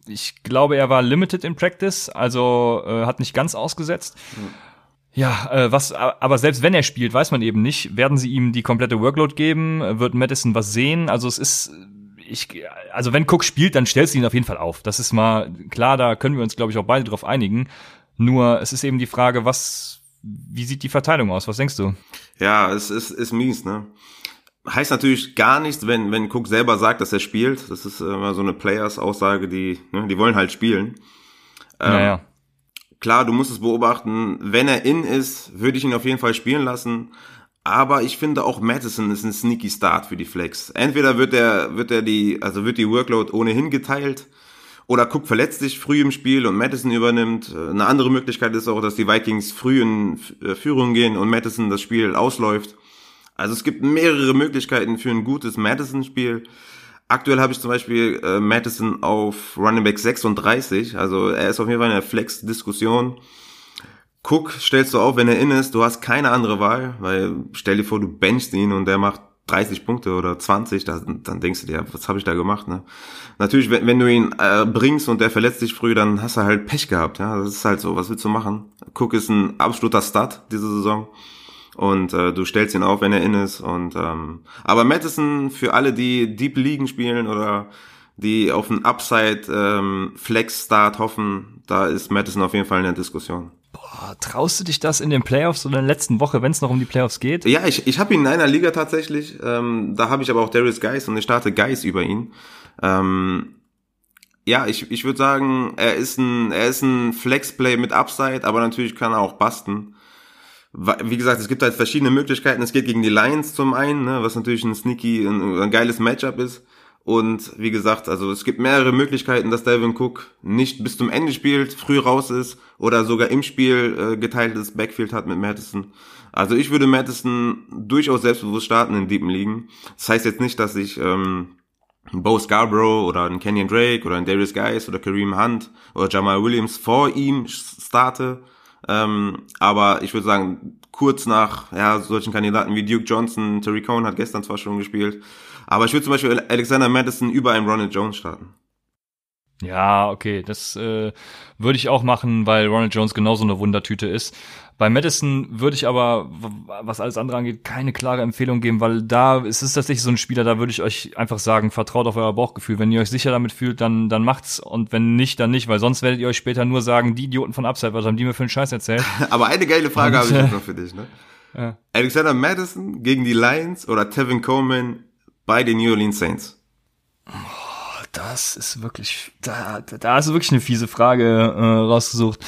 Ich glaube, er war limited in Practice, also hat nicht ganz ausgesetzt. Ja, aber selbst wenn er spielt, weiß man eben nicht, werden sie ihm die komplette Workload geben, wird Madison was sehen, also es ist, also wenn Cook spielt, dann stellst du ihn auf jeden Fall auf. Das ist mal klar, da können wir uns, glaube ich, auch beide drauf einigen. Nur, es ist eben die Frage, wie sieht die Verteilung aus? Was denkst du? Ja, es ist mies, ne? Heißt natürlich gar nichts, wenn Cook selber sagt, dass er spielt. Das ist immer so eine Players-Aussage, die wollen halt spielen. Naja. Klar, du musst es beobachten. Wenn er in ist, würde ich ihn auf jeden Fall spielen lassen. Aber ich finde auch Madison ist ein sneaky Start für die Flex. Entweder wird die Workload ohnehin geteilt, oder Cook verletzt sich früh im Spiel und Madison übernimmt. Eine andere Möglichkeit ist auch, dass die Vikings früh in Führung gehen und Madison das Spiel ausläuft. Also es gibt mehrere Möglichkeiten für ein gutes Madison-Spiel. Aktuell habe ich zum Beispiel Madison auf Running Back 36, also er ist auf jeden Fall in der Flex-Diskussion. Cook stellst du auf, wenn er in ist, du hast keine andere Wahl, weil stell dir vor, du benchst ihn und der macht 30 Punkte oder 20, dann denkst du dir, was habe ich da gemacht, ne? Natürlich, wenn du ihn bringst und der verletzt sich früh, dann hast du halt Pech gehabt, ja, das ist halt so, was willst du machen? Cook ist ein absoluter Stud diese Saison. Und du stellst ihn auf, wenn er in ist. Und aber Madison, für alle, die Deep Ligen spielen oder die auf einen Upside Flex Start hoffen, da ist Madison auf jeden Fall in der Diskussion. Boah, traust du dich das in den Playoffs oder in der letzten Woche, wenn es noch um die Playoffs geht? Ja, ich habe ihn in einer Liga tatsächlich. Da habe ich aber auch Darius Guice und ich starte Guice über ihn. Ja, ich würde sagen, er ist ein Flex Play mit Upside, aber natürlich kann er auch busten. Wie gesagt, es gibt halt verschiedene Möglichkeiten. Es geht gegen die Lions zum einen, ne, was natürlich ein geiles Matchup ist. Und wie gesagt, also es gibt mehrere Möglichkeiten, dass Dalvin Cook nicht bis zum Ende spielt, früh raus ist oder sogar im Spiel geteiltes Backfield hat mit Madison. Also ich würde Madison durchaus selbstbewusst starten in deepen Ligen. Das heißt jetzt nicht, dass ich Bo Scarborough oder einen Kenyon Drake oder einen Darius Guice oder Kareem Hunt oder Jamal Williams vor ihm starte. Aber ich würde sagen, kurz nach solchen Kandidaten wie Duke Johnson, Terry Cohen hat gestern zwar schon gespielt, aber ich würde zum Beispiel Alexander Madison über einen Ronald Jones starten. Ja, okay, das würde ich auch machen, weil Ronald Jones genauso eine Wundertüte ist. Bei Madison würde ich aber, was alles andere angeht, keine klare Empfehlung geben, weil da ist es tatsächlich so ein Spieler, da würde ich euch einfach sagen, vertraut auf euer Bauchgefühl. Wenn ihr euch sicher damit fühlt, dann macht's, und wenn nicht, dann nicht, weil sonst werdet ihr euch später nur sagen, die Idioten von Upside, was haben die mir für einen Scheiß erzählt? Aber eine geile Frage habe ich jetzt noch für dich, ne? Ja. Alexander Madison gegen die Lions oder Tevin Coleman bei den New Orleans Saints? Das ist wirklich, da hast du wirklich eine fiese Frage rausgesucht.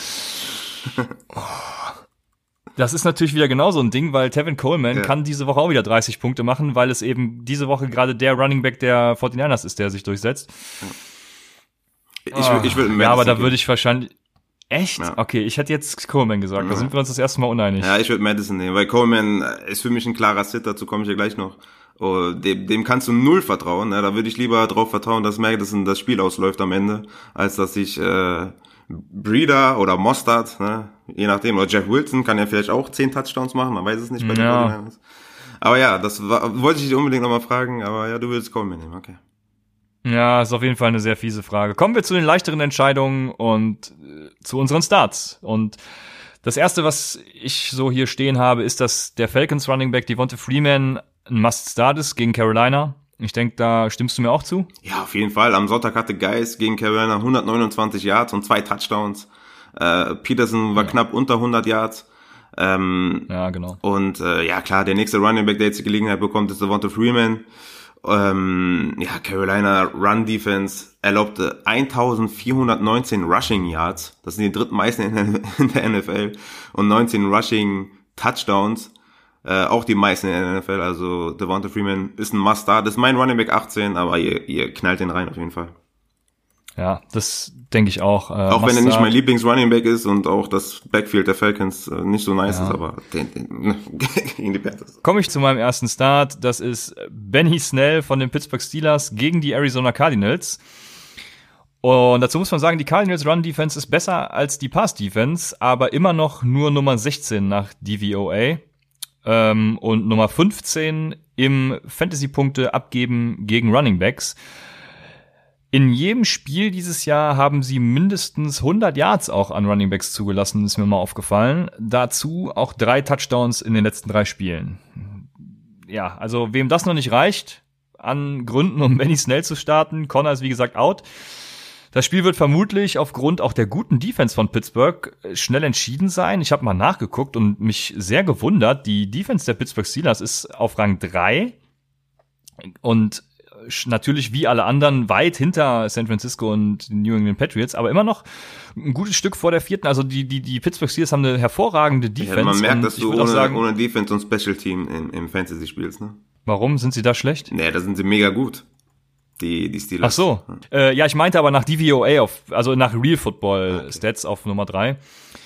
Das ist natürlich wieder genau so ein Ding, weil Tevin Coleman kann diese Woche auch wieder 30 Punkte machen, weil es eben diese Woche gerade der Running Back der 49ers ist, der sich durchsetzt. Ich würde Madison aber da geben. würde ich wahrscheinlich... Echt? Ja. Okay, ich hätte jetzt Coleman gesagt. Da sind wir uns das erste Mal uneinig. Ja, ich würde Madison nehmen, weil Coleman ist für mich ein klarer Sit, dazu komme ich ja gleich noch. Oh, dem kannst du null vertrauen. Ne? Da würde ich lieber drauf vertrauen, dass Madison das Spiel ausläuft am Ende, als dass ich Breeder oder Mostard, ne? Je nachdem, oder Jeff Wilson kann ja vielleicht auch 10 Touchdowns machen, man weiß es nicht bei den 49ers. Aber ja, wollte ich dich unbedingt nochmal fragen, aber ja, du willst Coleman nehmen, okay. Ja, ist auf jeden Fall eine sehr fiese Frage. Kommen wir zu den leichteren Entscheidungen und zu unseren Starts. Und das erste, was ich so hier stehen habe, ist, dass der Falcons Running Back Devonta Freeman ein Must-Start ist gegen Carolina. Ich denke, da stimmst du mir auch zu? Ja, auf jeden Fall. Am Sonntag hatte Guice gegen Carolina 129 Yards und 2 Touchdowns. Peterson war knapp unter 100 Yards. Ja, genau. Und ja, klar, der nächste Running Back, der jetzt die Gelegenheit bekommt, ist Devonta Freeman. Carolina Run Defense erlaubte 1419 Rushing Yards. Das sind die drittmeisten in der NFL. Und 19 Rushing Touchdowns. Auch die meisten in der NFL. Also Devonta Freeman ist ein Must-Start. Das ist mein Running Back 18, aber ihr knallt den rein auf jeden Fall. Ja, das denke ich auch. Auch wenn er nicht mein Lieblings-Running-Back ist und auch das Backfield der Falcons nicht so nice ist, aber gegen die Panthers. Komme ich zu meinem ersten Start. Das ist Benny Snell von den Pittsburgh Steelers gegen die Arizona Cardinals. Und dazu muss man sagen, die Cardinals Run-Defense ist besser als die Pass-Defense, aber immer noch nur Nummer 16 nach DVOA. Und Nummer 15 im Fantasy-Punkte abgeben gegen Running Backs. In jedem Spiel dieses Jahr haben sie mindestens 100 Yards auch an Running Backs zugelassen, ist mir mal aufgefallen. Dazu auch 3 Touchdowns in den letzten 3 Spielen. Ja, also wem das noch nicht reicht, an Gründen, um Benny Snell zu starten, Connor ist wie gesagt out. Das Spiel wird vermutlich aufgrund auch der guten Defense von Pittsburgh schnell entschieden sein. Ich habe mal nachgeguckt und mich sehr gewundert. Die Defense der Pittsburgh Steelers ist auf Rang 3 und natürlich wie alle anderen weit hinter San Francisco und den New England Patriots, aber immer noch ein gutes Stück vor der 4. Also die Pittsburgh Steelers haben eine hervorragende Defense. Ja, man merkt, dass du ohne Defense und Special Team im Fantasy spielst, ne? Warum? Sind sie da schlecht? Nee, da sind sie mega gut. Die Steelers. Ach so. Ja, ich meinte aber nach DVOA, also nach Real Football Stats auf Nummer 3.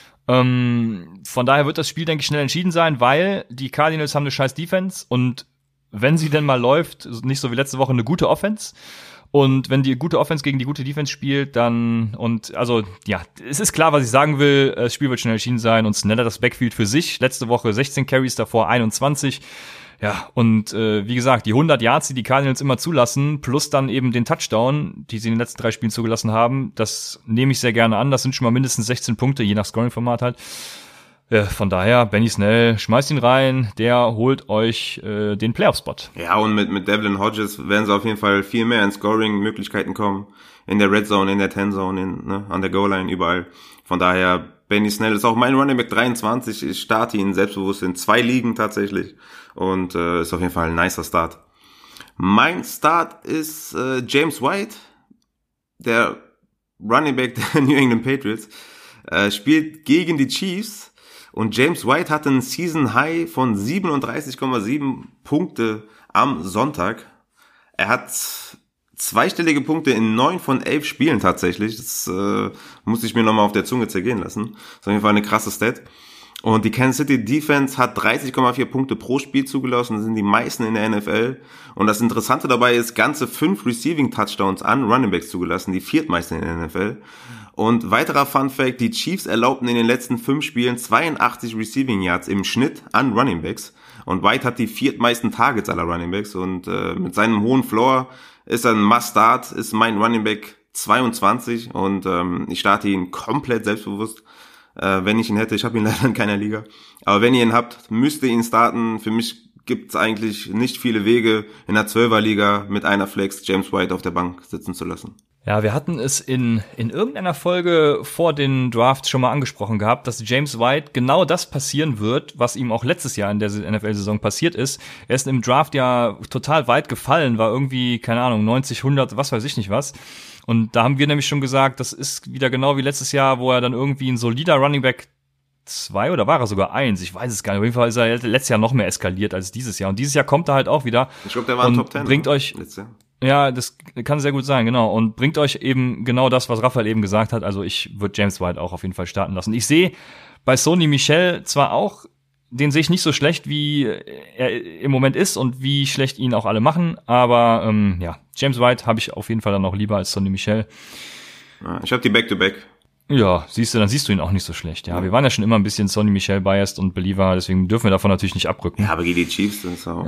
Von daher wird das Spiel, denke ich, schnell entschieden sein, weil die Cardinals haben eine scheiß Defense und wenn sie denn mal läuft, nicht so wie letzte Woche, eine gute Offense. Und wenn die gute Offense gegen die gute Defense spielt, dann, und also, ja, es ist klar, was ich sagen will, das Spiel wird schnell entschieden sein und Sneller das Backfield für sich. Letzte Woche 16 Carries, davor 21. Ja, und wie gesagt, die 100 Yards, die die Cardinals immer zulassen, plus dann eben den Touchdown, die sie in den letzten 3 Spielen zugelassen haben, das nehme ich sehr gerne an. Das sind schon mal mindestens 16 Punkte, je nach Scoring-Format halt. Von daher, Benny Snell, schmeißt ihn rein, der holt euch den Playoff-Spot. Ja, und mit Devlin Hodges werden sie auf jeden Fall viel mehr in Scoring-Möglichkeiten kommen. In der Red Zone, in der 10-Zone, an der Goal-Line, überall. Von daher, Benny Snell ist auch mein Running Back 23. Ich starte ihn selbstbewusst in 2 Ligen tatsächlich. Und ist auf jeden Fall ein nicer Start. Mein Start ist James White, der Running Back der New England Patriots. Spielt gegen die Chiefs. Und James White hatte einen Season High von 37,7 Punkte am Sonntag. Er hat zweistellige Punkte in 9 von 11 Spielen tatsächlich. Das muss ich mir nochmal auf der Zunge zergehen lassen. Das ist auf jeden Fall eine krasse Stat. Und die Kansas City Defense hat 30,4 Punkte pro Spiel zugelassen. Das sind die meisten in der NFL. Und das Interessante dabei ist, ganze 5 Receiving Touchdowns an Running Backs zugelassen, die viertmeisten in der NFL. Und weiterer Fun Fact, die Chiefs erlaubten in den letzten 5 Spielen 82 Receiving Yards im Schnitt an Running Backs. Und White hat die viertmeisten Targets aller Running Backs. Und mit seinem hohen Floor ist er ein Must-Start, ist mein Running Back 22. Und ich starte ihn komplett selbstbewusst. Wenn ich ihn hätte, ich habe ihn leider in keiner Liga. Aber wenn ihr ihn habt, müsst ihr ihn starten. Für mich gibt es eigentlich nicht viele Wege, in der 12er-Liga mit einer Flex James White auf der Bank sitzen zu lassen. Ja, wir hatten es in irgendeiner Folge vor den Drafts schon mal angesprochen gehabt, dass James White genau das passieren wird, was ihm auch letztes Jahr in der NFL-Saison passiert ist. Er ist im Draft ja total weit gefallen, war irgendwie, keine Ahnung, 90, 100, was weiß ich nicht was. Und da haben wir nämlich schon gesagt, das ist wieder genau wie letztes Jahr, wo er dann irgendwie ein solider Running Back 2 oder war er sogar 1? Ich weiß es gar nicht. Auf jeden Fall ist er letztes Jahr noch mehr eskaliert als dieses Jahr. Und dieses Jahr kommt er halt auch wieder. Ich glaube, der war ein Top 10. Bringt euch, ja, das kann sehr gut sein, genau. Und bringt euch eben genau das, was Raphael eben gesagt hat. Also ich würde James White auch auf jeden Fall starten lassen. Ich sehe bei Sony Michel zwar auch, den sehe ich nicht so schlecht, wie er im Moment ist und wie schlecht ihn auch alle machen. Aber ja, James White habe ich auf jeden Fall dann auch lieber als Sony Michel. Ich habe die Back-to-Back. Ja, siehst du, dann siehst du ihn auch nicht so schlecht. Ja, wir waren ja schon immer ein bisschen Sony Michel biased und Believer, deswegen dürfen wir davon natürlich nicht abrücken. Ja, aber gegen die Chiefs, das ist auch.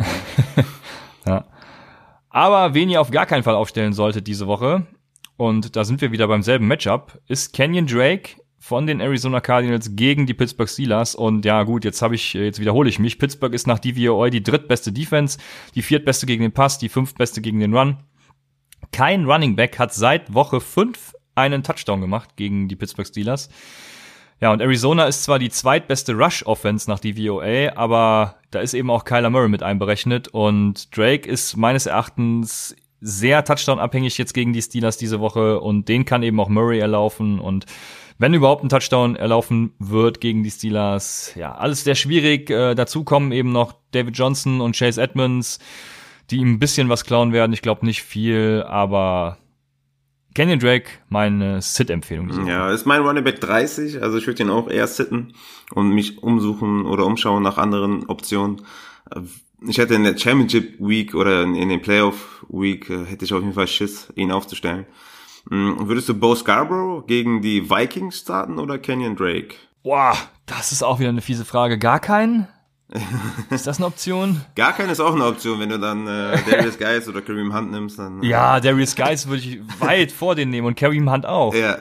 Ja. Aber wen ihr auf gar keinen Fall aufstellen solltet diese Woche, und da sind wir wieder beim selben Matchup, ist Kenyon Drake von den Arizona Cardinals gegen die Pittsburgh Steelers. Und ja gut, jetzt wiederhole ich mich. Pittsburgh ist nach DVOA die drittbeste Defense, die viertbeste gegen den Pass, die fünftbeste gegen den Run. Kein Running Back hat seit Woche 5 einen Touchdown gemacht gegen die Pittsburgh Steelers. Ja, und Arizona ist zwar die zweitbeste Rush-Offense nach DVOA, aber da ist eben auch Kyler Murray mit einberechnet und Drake ist meines Erachtens sehr Touchdown-abhängig jetzt gegen die Steelers diese Woche und den kann eben auch Murray erlaufen und wenn überhaupt ein Touchdown erlaufen wird gegen die Steelers, ja, alles sehr schwierig. Dazu kommen eben noch David Johnson und Chase Edmonds, die ihm ein bisschen was klauen werden. Ich glaube nicht viel, aber Kenyon Drake, meine Sit-Empfehlung. Ja, ist mein Running Back 30, also ich würde ihn auch eher sitten und mich umschauen nach anderen Optionen. Ich hätte in der Championship Week oder in den Playoff Week hätte ich auf jeden Fall Schiss, ihn aufzustellen. Würdest du Bo Scarborough gegen die Vikings starten oder Kenyon Drake? Boah, das ist auch wieder eine fiese Frage. Gar keinen? Ist das eine Option? Gar keine ist auch eine Option, wenn du dann Darius Guice oder Kareem Hunt nimmst. Dann, Ja, Darius Guice würde ich weit vor den nehmen und Kareem Hunt auch. Ja.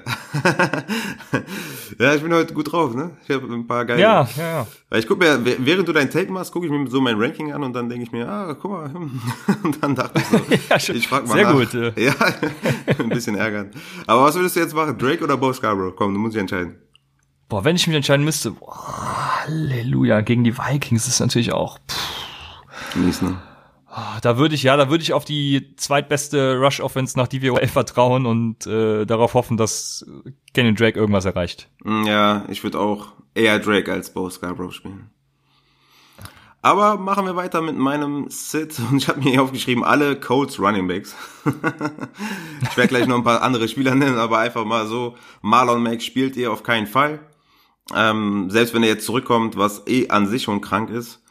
Ja, ich bin heute gut drauf, ne? Ich habe ein paar geile. Ja. Weil ich gucke mir, während du deinen Take machst, gucke ich mir so mein Ranking an und dann denke ich mir, guck mal. Und dann dachte ich so, ich frag mal sehr nach. gut. Ja, ein bisschen ärgern. Aber was würdest du jetzt machen? Drake oder Bo Scarborough? Komm, du musst dich entscheiden. Boah, wenn ich mich entscheiden müsste, Halleluja, gegen die Vikings ist natürlich auch, Mies, ne? Da würde ich auf die zweitbeste Rush-Offense nach DVOA vertrauen und darauf hoffen, dass Kenyon Drake irgendwas erreicht. Ja, ich würde auch eher Drake als Bo Scarborough spielen. Aber machen wir weiter mit meinem Sit. Und ich habe mir hier aufgeschrieben, alle Colts Running Backs. Ich werde gleich noch ein paar andere Spieler nennen, aber einfach mal so, Marlon Mack spielt ihr auf keinen Fall. Selbst wenn er jetzt zurückkommt, was an sich schon krank ist.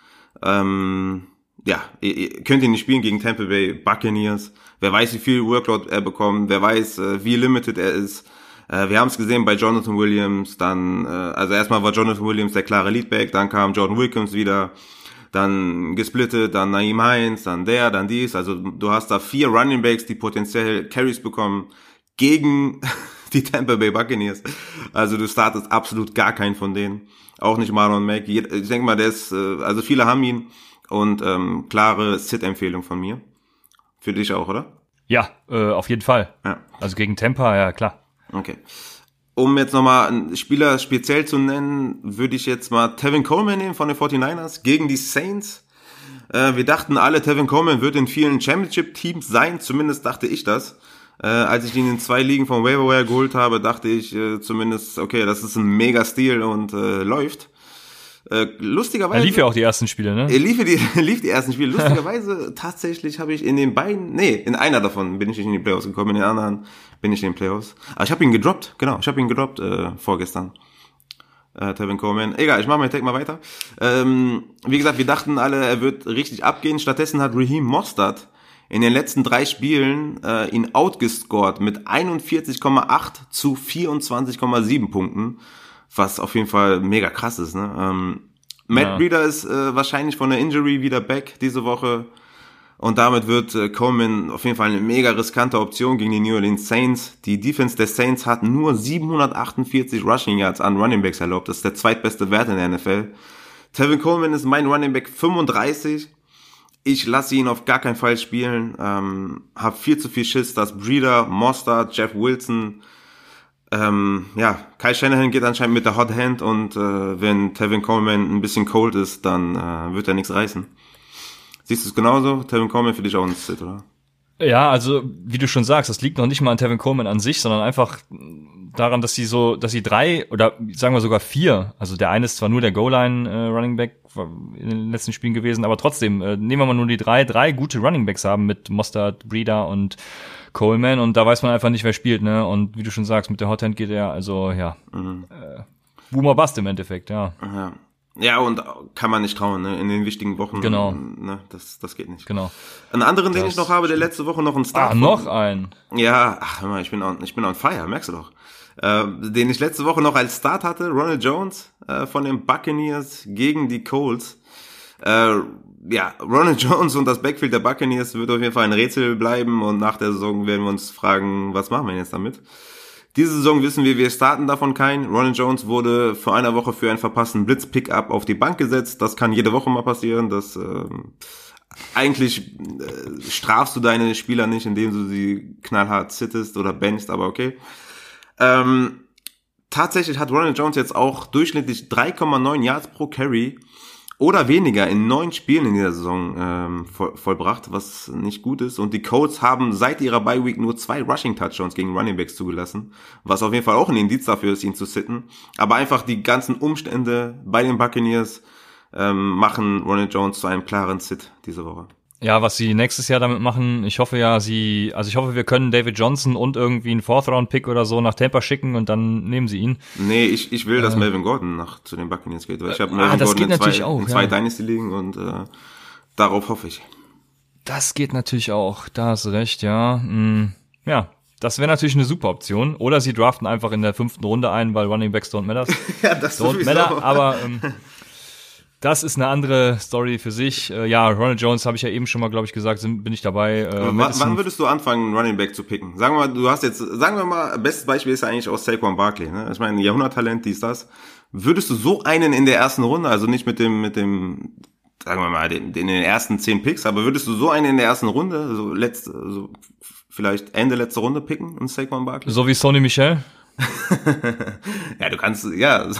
Ihr könnt ihn nicht spielen gegen Tampa Bay Buccaneers. Wer weiß, wie viel Workload er bekommt. Wer weiß, wie limited er ist. Wir haben es gesehen bei Jonathan Williams. Dann, also erstmal war Jonathan Williams der klare Leadback. Dann kam Jordan Wilkins wieder. Dann gesplittet, dann Naeem Hines, dann dann dies. Also du hast da 4 Running Backs, die potenziell Carries bekommen gegen die Tampa Bay Buccaneers. Also du startest absolut gar keinen von denen. Auch nicht Marlon Mack. Ich denke mal, der ist, also viele haben ihn. Und klare Sit-Empfehlung von mir. Für dich auch, oder? Ja, auf jeden Fall. Ja. Also gegen Tampa, ja klar. Okay. Um jetzt nochmal einen Spieler speziell zu nennen, würde ich jetzt mal Tevin Coleman nehmen von den 49ers gegen die Saints. Wir dachten alle, Tevin Coleman wird in vielen Championship-Teams sein, zumindest dachte ich das. Als ich ihn in 2 Ligen vom Waiver Wire geholt habe, dachte ich zumindest, okay, das ist ein Mega-Stil und läuft. Lustigerweise. Er lief ja auch die ersten Spiele, ne? Er lief die ersten Spiele. Lustigerweise tatsächlich habe ich in in einer davon bin ich nicht in die Playoffs gekommen, in den anderen bin ich in den Playoffs. Aber ich habe ihn gedroppt, vorgestern. Tevin Coleman. Egal, ich mache meinen Tag mal weiter. Wie gesagt, wir dachten alle, er wird richtig abgehen. Stattdessen hat Raheem Mostert in den letzten 3 Spielen ihn outgescored mit 41,8 zu 24,7 Punkten. Was auf jeden Fall mega krass ist, ne? Matt Breida ist wahrscheinlich von der Injury wieder back diese Woche. Und damit wird Coleman auf jeden Fall eine mega riskante Option gegen die New Orleans Saints. Die Defense der Saints hat nur 748 Rushing Yards an Running Backs erlaubt. Das ist der zweitbeste Wert in der NFL. Tevin Coleman ist mein Running Back 35. Ich lasse ihn auf gar keinen Fall spielen. Hab viel zu viel Schiss, dass Breida, Mostert, Jeff Wilson... Kyle Shanahan geht anscheinend mit der Hot Hand und wenn Tevin Coleman ein bisschen cold ist, dann wird er nichts reißen. Siehst du es genauso? Tevin Coleman für dich auch ein Sit, oder? Ja, also wie du schon sagst, das liegt noch nicht mal an Tevin Coleman an sich, sondern einfach daran, dass sie 3 oder sagen wir sogar 4, also der eine ist zwar nur der Goal-Line Running Back in den letzten Spielen gewesen, aber trotzdem nehmen wir mal nur die 3 gute Running Backs haben mit Mostert, Breida und Coleman und da weiß man einfach nicht, wer spielt, ne? Und wie du schon sagst, mit der Hot Hand geht er, also ja, Boomer Bust im Endeffekt, ja. Ja, und kann man nicht trauen, ne? In den wichtigen Wochen. Genau. Ne? Das geht nicht. Genau. Einen anderen, den ich noch habe, der letzte Woche noch einen Start. Noch einen? Ja, hör mal, ich bin on fire, merkst du doch. Den ich letzte Woche noch als Start hatte, Ronald Jones von den Buccaneers gegen die Colts. Ronald Jones und das Backfield der Buccaneers wird auf jeden Fall ein Rätsel bleiben und nach der Saison werden wir uns fragen, was machen wir jetzt damit? Diese Saison wissen wir starten davon keinen. Ronald Jones wurde vor einer Woche für einen verpassten Blitz-Pickup auf die Bank gesetzt. Das kann jede Woche mal passieren. Eigentlich strafst du deine Spieler nicht, indem du sie knallhart sittest oder benchst, aber okay. Tatsächlich hat Ronald Jones jetzt auch durchschnittlich 3,9 Yards pro Carry oder weniger in 9 Spielen in dieser Saison vollbracht, was nicht gut ist. Und die Colts haben seit ihrer Bye-Week nur 2 Rushing-Touchdowns gegen Runningbacks zugelassen, was auf jeden Fall auch ein Indiz dafür ist, ihn zu sitten. Aber einfach die ganzen Umstände bei den Buccaneers machen Ronald Jones zu einem klaren Sit diese Woche. Ja, was sie nächstes Jahr damit machen, ich hoffe, wir können David Johnson und irgendwie einen Fourth-Round-Pick oder so nach Tampa schicken und dann nehmen sie ihn. Nee, ich will, dass Melvin Gordon zu den Buccaneers geht, weil ich habe Melvin Gordon in zwei Dynasty-Ligen und darauf hoffe ich. Das geht natürlich auch, da hast du recht, ja. Ja, das wäre natürlich eine super Option. Oder sie draften einfach in der 5. Runde ein, weil Running Backs don't matter. Ja, das don't matter, aber Das ist eine andere Story für sich. Ja, Ronald Jones habe ich ja eben schon mal, glaube ich, gesagt, bin ich dabei. Wann würdest du anfangen, einen Running Back zu picken? Sagen wir mal, bestes Beispiel ist eigentlich aus Saquon Barkley, ne? Ich meine, Jahrhunderttalent, dies, das. Würdest du so einen in der ersten Runde, also nicht mit dem, sagen wir mal, in den ersten 10 Picks, aber würdest du so einen in der ersten Runde, so vielleicht Ende letzte Runde picken, einen Saquon Barkley? So wie Sony Michel? Ja, du kannst, ja.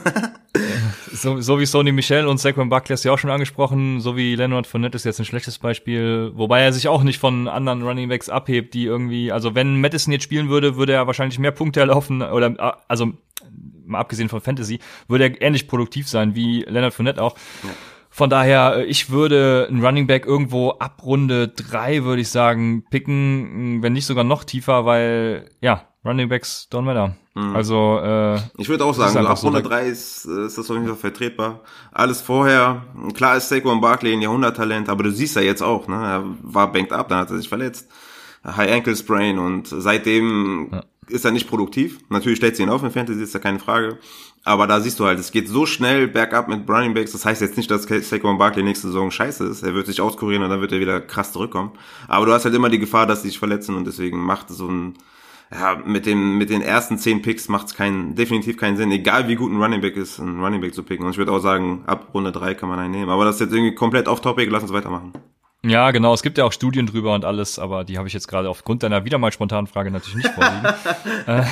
So wie Sony Michel und Saquon Barkley hast du ja auch schon angesprochen, so wie Leonard Fournette ist jetzt ein schlechtes Beispiel, wobei er sich auch nicht von anderen Running Backs abhebt, die irgendwie, also wenn Madison jetzt spielen würde, würde er wahrscheinlich mehr Punkte erlaufen, oder, also, mal abgesehen von Fantasy, würde er ähnlich produktiv sein wie Leonard Fournette auch. Ja. Von daher, ich würde einen Running Back irgendwo ab Runde 3, würde ich sagen, picken, wenn nicht sogar noch tiefer, weil, ja, Running Backs don't matter. Mhm. Also, ich würde auch sagen, ab Runde 3 ist das auf jeden Fall vertretbar. Alles vorher, klar ist Saquon Barkley ein Jahrhunderttalent, aber du siehst ja jetzt auch, ne, er war banked up, dann hat er sich verletzt. High Ankle Sprain und seitdem ist er nicht produktiv. Natürlich stellt sie ihn auf in Fantasy, ist ja keine Frage. Aber da siehst du halt, es geht so schnell bergab mit Running Backs. Das heißt jetzt nicht, dass Saquon Barkley nächste Saison scheiße ist. Er wird sich auskurieren und dann wird er wieder krass zurückkommen. Aber du hast halt immer die Gefahr, dass sie sich verletzen und deswegen macht so ein, ja, mit den ersten 10 Picks macht es definitiv keinen Sinn, egal wie gut ein Running Back ist, einen Running Back zu picken. Und ich würde auch sagen, ab Runde 3 kann man einen nehmen. Aber das ist jetzt irgendwie komplett off-topic, lass uns weitermachen. Ja, genau, es gibt ja auch Studien drüber und alles, aber die habe ich jetzt gerade aufgrund deiner wieder mal spontanen Frage natürlich nicht vorliegen.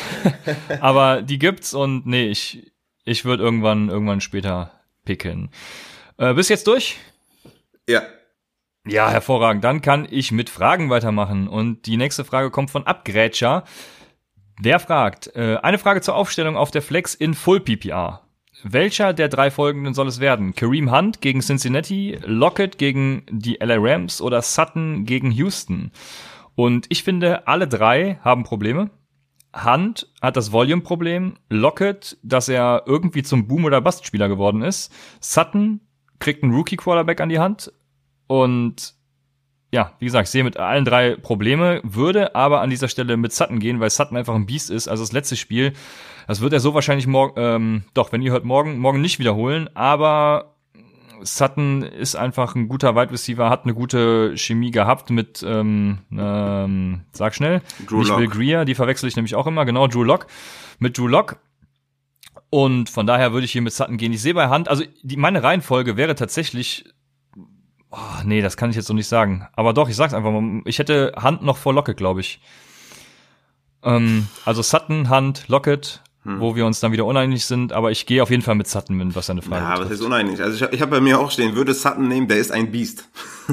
Aber die gibt's und nee, ich würde irgendwann später picken. Bist jetzt durch? Ja. Ja, hervorragend. Dann kann ich mit Fragen weitermachen und die nächste Frage kommt von Abgrätscher. Der fragt, eine Frage zur Aufstellung auf der Flex in Full PPR. Welcher der 3 folgenden soll es werden? Kareem Hunt gegen Cincinnati, Lockett gegen die LA Rams oder Sutton gegen Houston? Und ich finde, alle 3 haben Probleme. Hunt hat das Volume-Problem, Lockett, dass er irgendwie zum Boom- oder Bust-Spieler geworden ist. Sutton kriegt einen Rookie-Quarterback an die Hand. Und ja, wie gesagt, ich sehe mit allen 3 Probleme, würde aber an dieser Stelle mit Sutton gehen, weil Sutton einfach ein Biest ist. Also das letzte Spiel, das wird er so wahrscheinlich morgen, wenn ihr hört, morgen nicht wiederholen. Aber Sutton ist einfach ein guter Wide Receiver, hat eine gute Chemie gehabt mit, sag schnell, Drew nicht Lock. Will Grier, die verwechsel ich nämlich auch immer, genau, Drew Lock. Und von daher würde ich hier mit Sutton gehen. Ich sehe bei Hunt, also meine Reihenfolge wäre tatsächlich, nee, das kann ich jetzt so nicht sagen. Aber doch, ich sag's einfach mal. Ich hätte Hunt noch vor Lockett, glaube ich. Also Sutton, Hunt, Lockett, wo wir uns dann wieder uneinig sind. Aber ich gehe auf jeden Fall mit Sutton, was seine Frage Ja, aber das ist uneinig. Also ich hab bei mir auch stehen, würde Sutton nehmen, der ist ein Biest.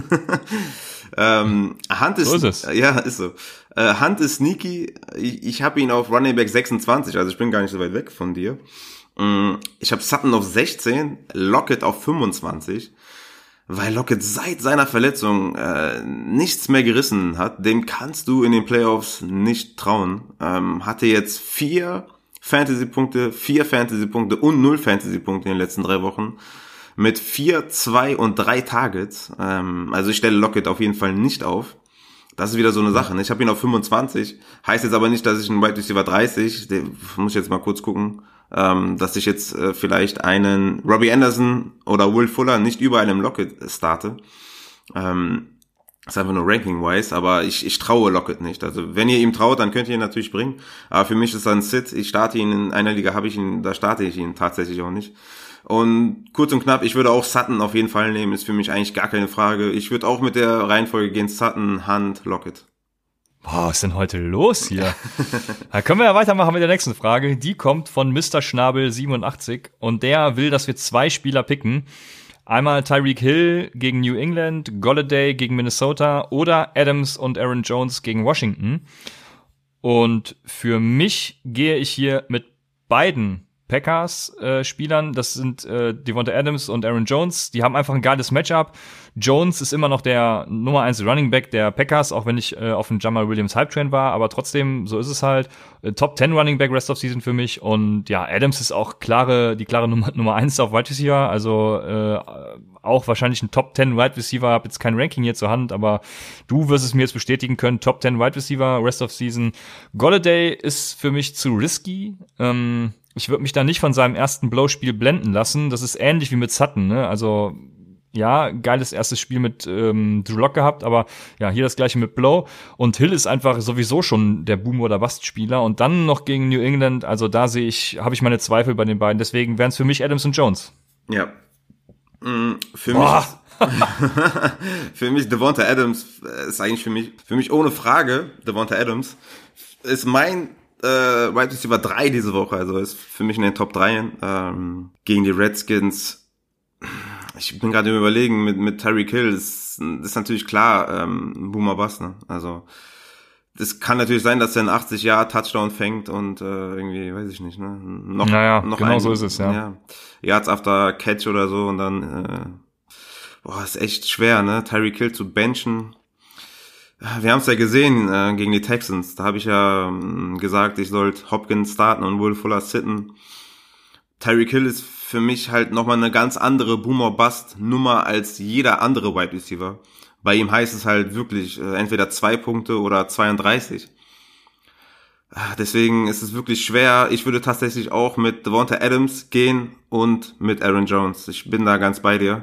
Hunt ist, so ist es. Ja, ist so. Hunt ist sneaky. Ich habe ihn auf Running Back 26, also ich bin gar nicht so weit weg von dir. Ich habe Sutton auf 16, Lockett auf 25. Weil Lockett seit seiner Verletzung nichts mehr gerissen hat, dem kannst du in den Playoffs nicht trauen. Hatte jetzt 4 Fantasy-Punkte und 0 Fantasy-Punkte in den letzten 3 Wochen. Mit 4, 2 und 3 Targets. Also ich stelle Lockett auf jeden Fall nicht auf. Das ist wieder so eine Sache. Ne? Ich habe ihn auf 25. Heißt jetzt aber nicht, dass ich einen Wide Receiver 30, den muss ich jetzt mal kurz gucken, dass ich jetzt vielleicht einen Robbie Anderson oder Will Fuller nicht überall im Lockett starte. Ist einfach nur ranking-wise, aber ich traue Lockett nicht. Also wenn ihr ihm traut, dann könnt ihr ihn natürlich bringen. Aber für mich ist er ein Sit. Ich starte ihn in einer Liga, da starte ich ihn tatsächlich auch nicht. Und kurz und knapp, ich würde auch Sutton auf jeden Fall nehmen, ist für mich eigentlich gar keine Frage. Ich würde auch mit der Reihenfolge gehen, Sutton, Hunt, Lockett. Boah, was ist denn heute los hier? Da können wir ja weitermachen mit der nächsten Frage. Die kommt von Mr. Schnabel 87 und der will, dass wir 2 Spieler picken. Einmal Tyreek Hill gegen New England, Golladay gegen Minnesota oder Adams und Aaron Jones gegen Washington. Und für mich gehe ich hier mit beiden Packers-Spielern, das sind Devonta Adams und Aaron Jones, die haben einfach ein geiles Matchup. Jones ist immer noch der Nummer 1 Running Back der Packers, auch wenn ich auf dem Jamal Williams Hype-Train war, aber trotzdem, so ist es halt. Top 10 Running Back Rest of Season für mich und ja, Adams ist auch die klare Nummer 1 auf Wide Receiver, also auch wahrscheinlich ein Top 10 Wide Receiver, hab jetzt kein Ranking hier zur Hand, aber du wirst es mir jetzt bestätigen können, Top 10 Wide Receiver Rest of Season. Golladay ist für mich zu risky, ich würde mich da nicht von seinem ersten Blow-Spiel blenden lassen. Das ist ähnlich wie mit Sutton, ne? Also ja, geiles erstes Spiel mit Drew Lock gehabt, aber ja, hier das gleiche mit Blow. Und Hill ist einfach sowieso schon der Boom- oder Bust-Spieler. Und dann noch gegen New England, also da habe ich meine Zweifel bei den beiden. Deswegen wären es für mich Adams und Jones. Ja. Für mich Devonta Adams ist eigentlich für mich ohne Frage Devonta Adams ist mein Wide Receiver 3 diese Woche, also ist für mich in den Top 3 gegen die Redskins. Ich bin gerade überlegen mit Tyreek Hill, ist natürlich klar Boomer Bust, ne? Also das kann natürlich sein, dass er einen 80-Yard-Touchdown fängt und irgendwie, weiß ich nicht, ne? Noch genau so ist es, ja. Yards after Catch oder so und dann ist echt schwer, ne? Tyreek Hill zu benchen. Wir haben es ja gesehen gegen die Texans. Da habe ich ja gesagt, ich sollte Hopkins starten und Will Fuller sitten. Tyreek Hill ist für mich halt nochmal eine ganz andere Boomer-Bust-Nummer als jeder andere Wide Receiver. Bei ihm heißt es halt wirklich entweder 2 Punkte oder 32. Deswegen ist es wirklich schwer. Ich würde tatsächlich auch mit Devonta Adams gehen und mit Aaron Jones. Ich bin da ganz bei dir.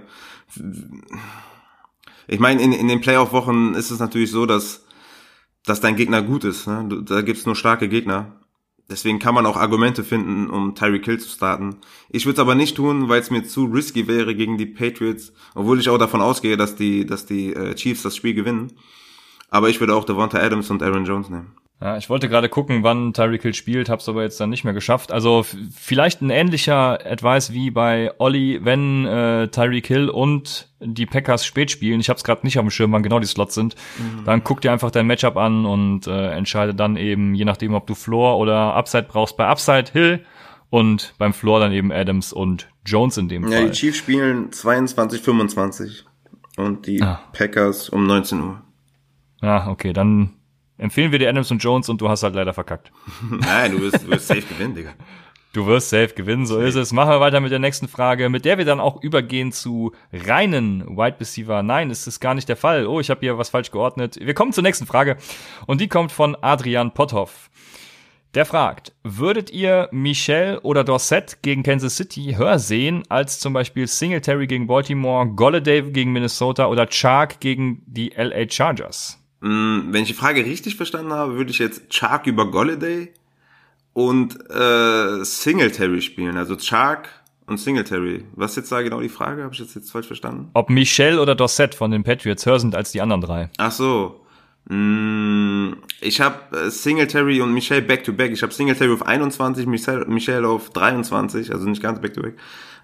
Ich meine, in den Playoff-Wochen ist es natürlich so, dass dein Gegner gut ist. Ne? Da gibt's nur starke Gegner. Deswegen kann man auch Argumente finden, um Tyreek Hill zu starten. Ich würde es aber nicht tun, weil es mir zu risky wäre gegen die Patriots, obwohl ich auch davon ausgehe, dass die Chiefs das Spiel gewinnen. Aber ich würde auch Devonta Adams und Aaron Jones nehmen. Ja, ich wollte gerade gucken, wann Tyreek Hill spielt, hab's aber jetzt dann nicht mehr geschafft. Also vielleicht ein ähnlicher Advice wie bei Olli, wenn Tyreek Hill und die Packers spät spielen. Ich hab's gerade nicht auf dem Schirm, wann genau die Slots sind. Dann guck dir einfach dein Matchup an und entscheide dann eben, je nachdem, ob du Floor oder Upside brauchst, bei Upside Hill und beim Floor dann eben Adams und Jones in dem Fall. Ja, die Chiefs spielen 22:25 und die Packers um 19 Uhr. Ja, okay, dann empfehlen wir dir Adams und Jones und du hast halt leider verkackt. Nein, du wirst safe gewinnen, Digga. Du wirst safe gewinnen, so ist es. Machen wir weiter mit der nächsten Frage, mit der wir dann auch übergehen zu reinen Wide Receiver. Nein, es ist gar nicht der Fall. Oh, ich habe hier was falsch geordnet. Wir kommen zur nächsten Frage und die kommt von Adrian Potthoff. Der fragt, würdet ihr Michel oder Dorsett gegen Kansas City höher sehen als zum Beispiel Singletary gegen Baltimore, Golladay gegen Minnesota oder Chark gegen die LA Chargers? Wenn ich die Frage richtig verstanden habe, würde ich jetzt Chark über Golladay und Singletary spielen. Also Chark und Singletary. Was ist jetzt da genau die Frage? Habe ich das jetzt falsch verstanden? Ob Michel oder Dorsett von den Patriots höher sind als die anderen drei. Ach so. Ich habe Singletary und Michel back-to-back. Ich habe Singletary auf 21, Michel auf 23. Also nicht ganz back-to-back.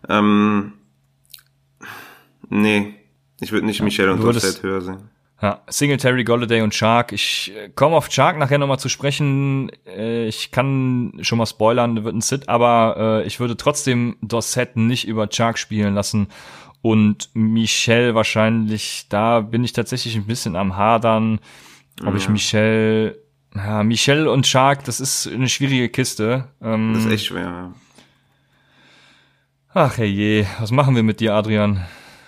Nee, ich würde nicht Michel und Dorsett höher sehen. Ja, Singletary, Golladay und Chark. Ich komme auf Chark nachher nochmal zu sprechen. Ich kann schon mal spoilern, wird ein Sit, aber ich würde trotzdem Dorsett nicht über Chark spielen lassen. Und Michel wahrscheinlich, da bin ich tatsächlich ein bisschen am Hadern, ob ich Michel und Chark, das ist eine schwierige Kiste. Das ist echt schwer, ja. Ach herrje, was machen wir mit dir, Adrian?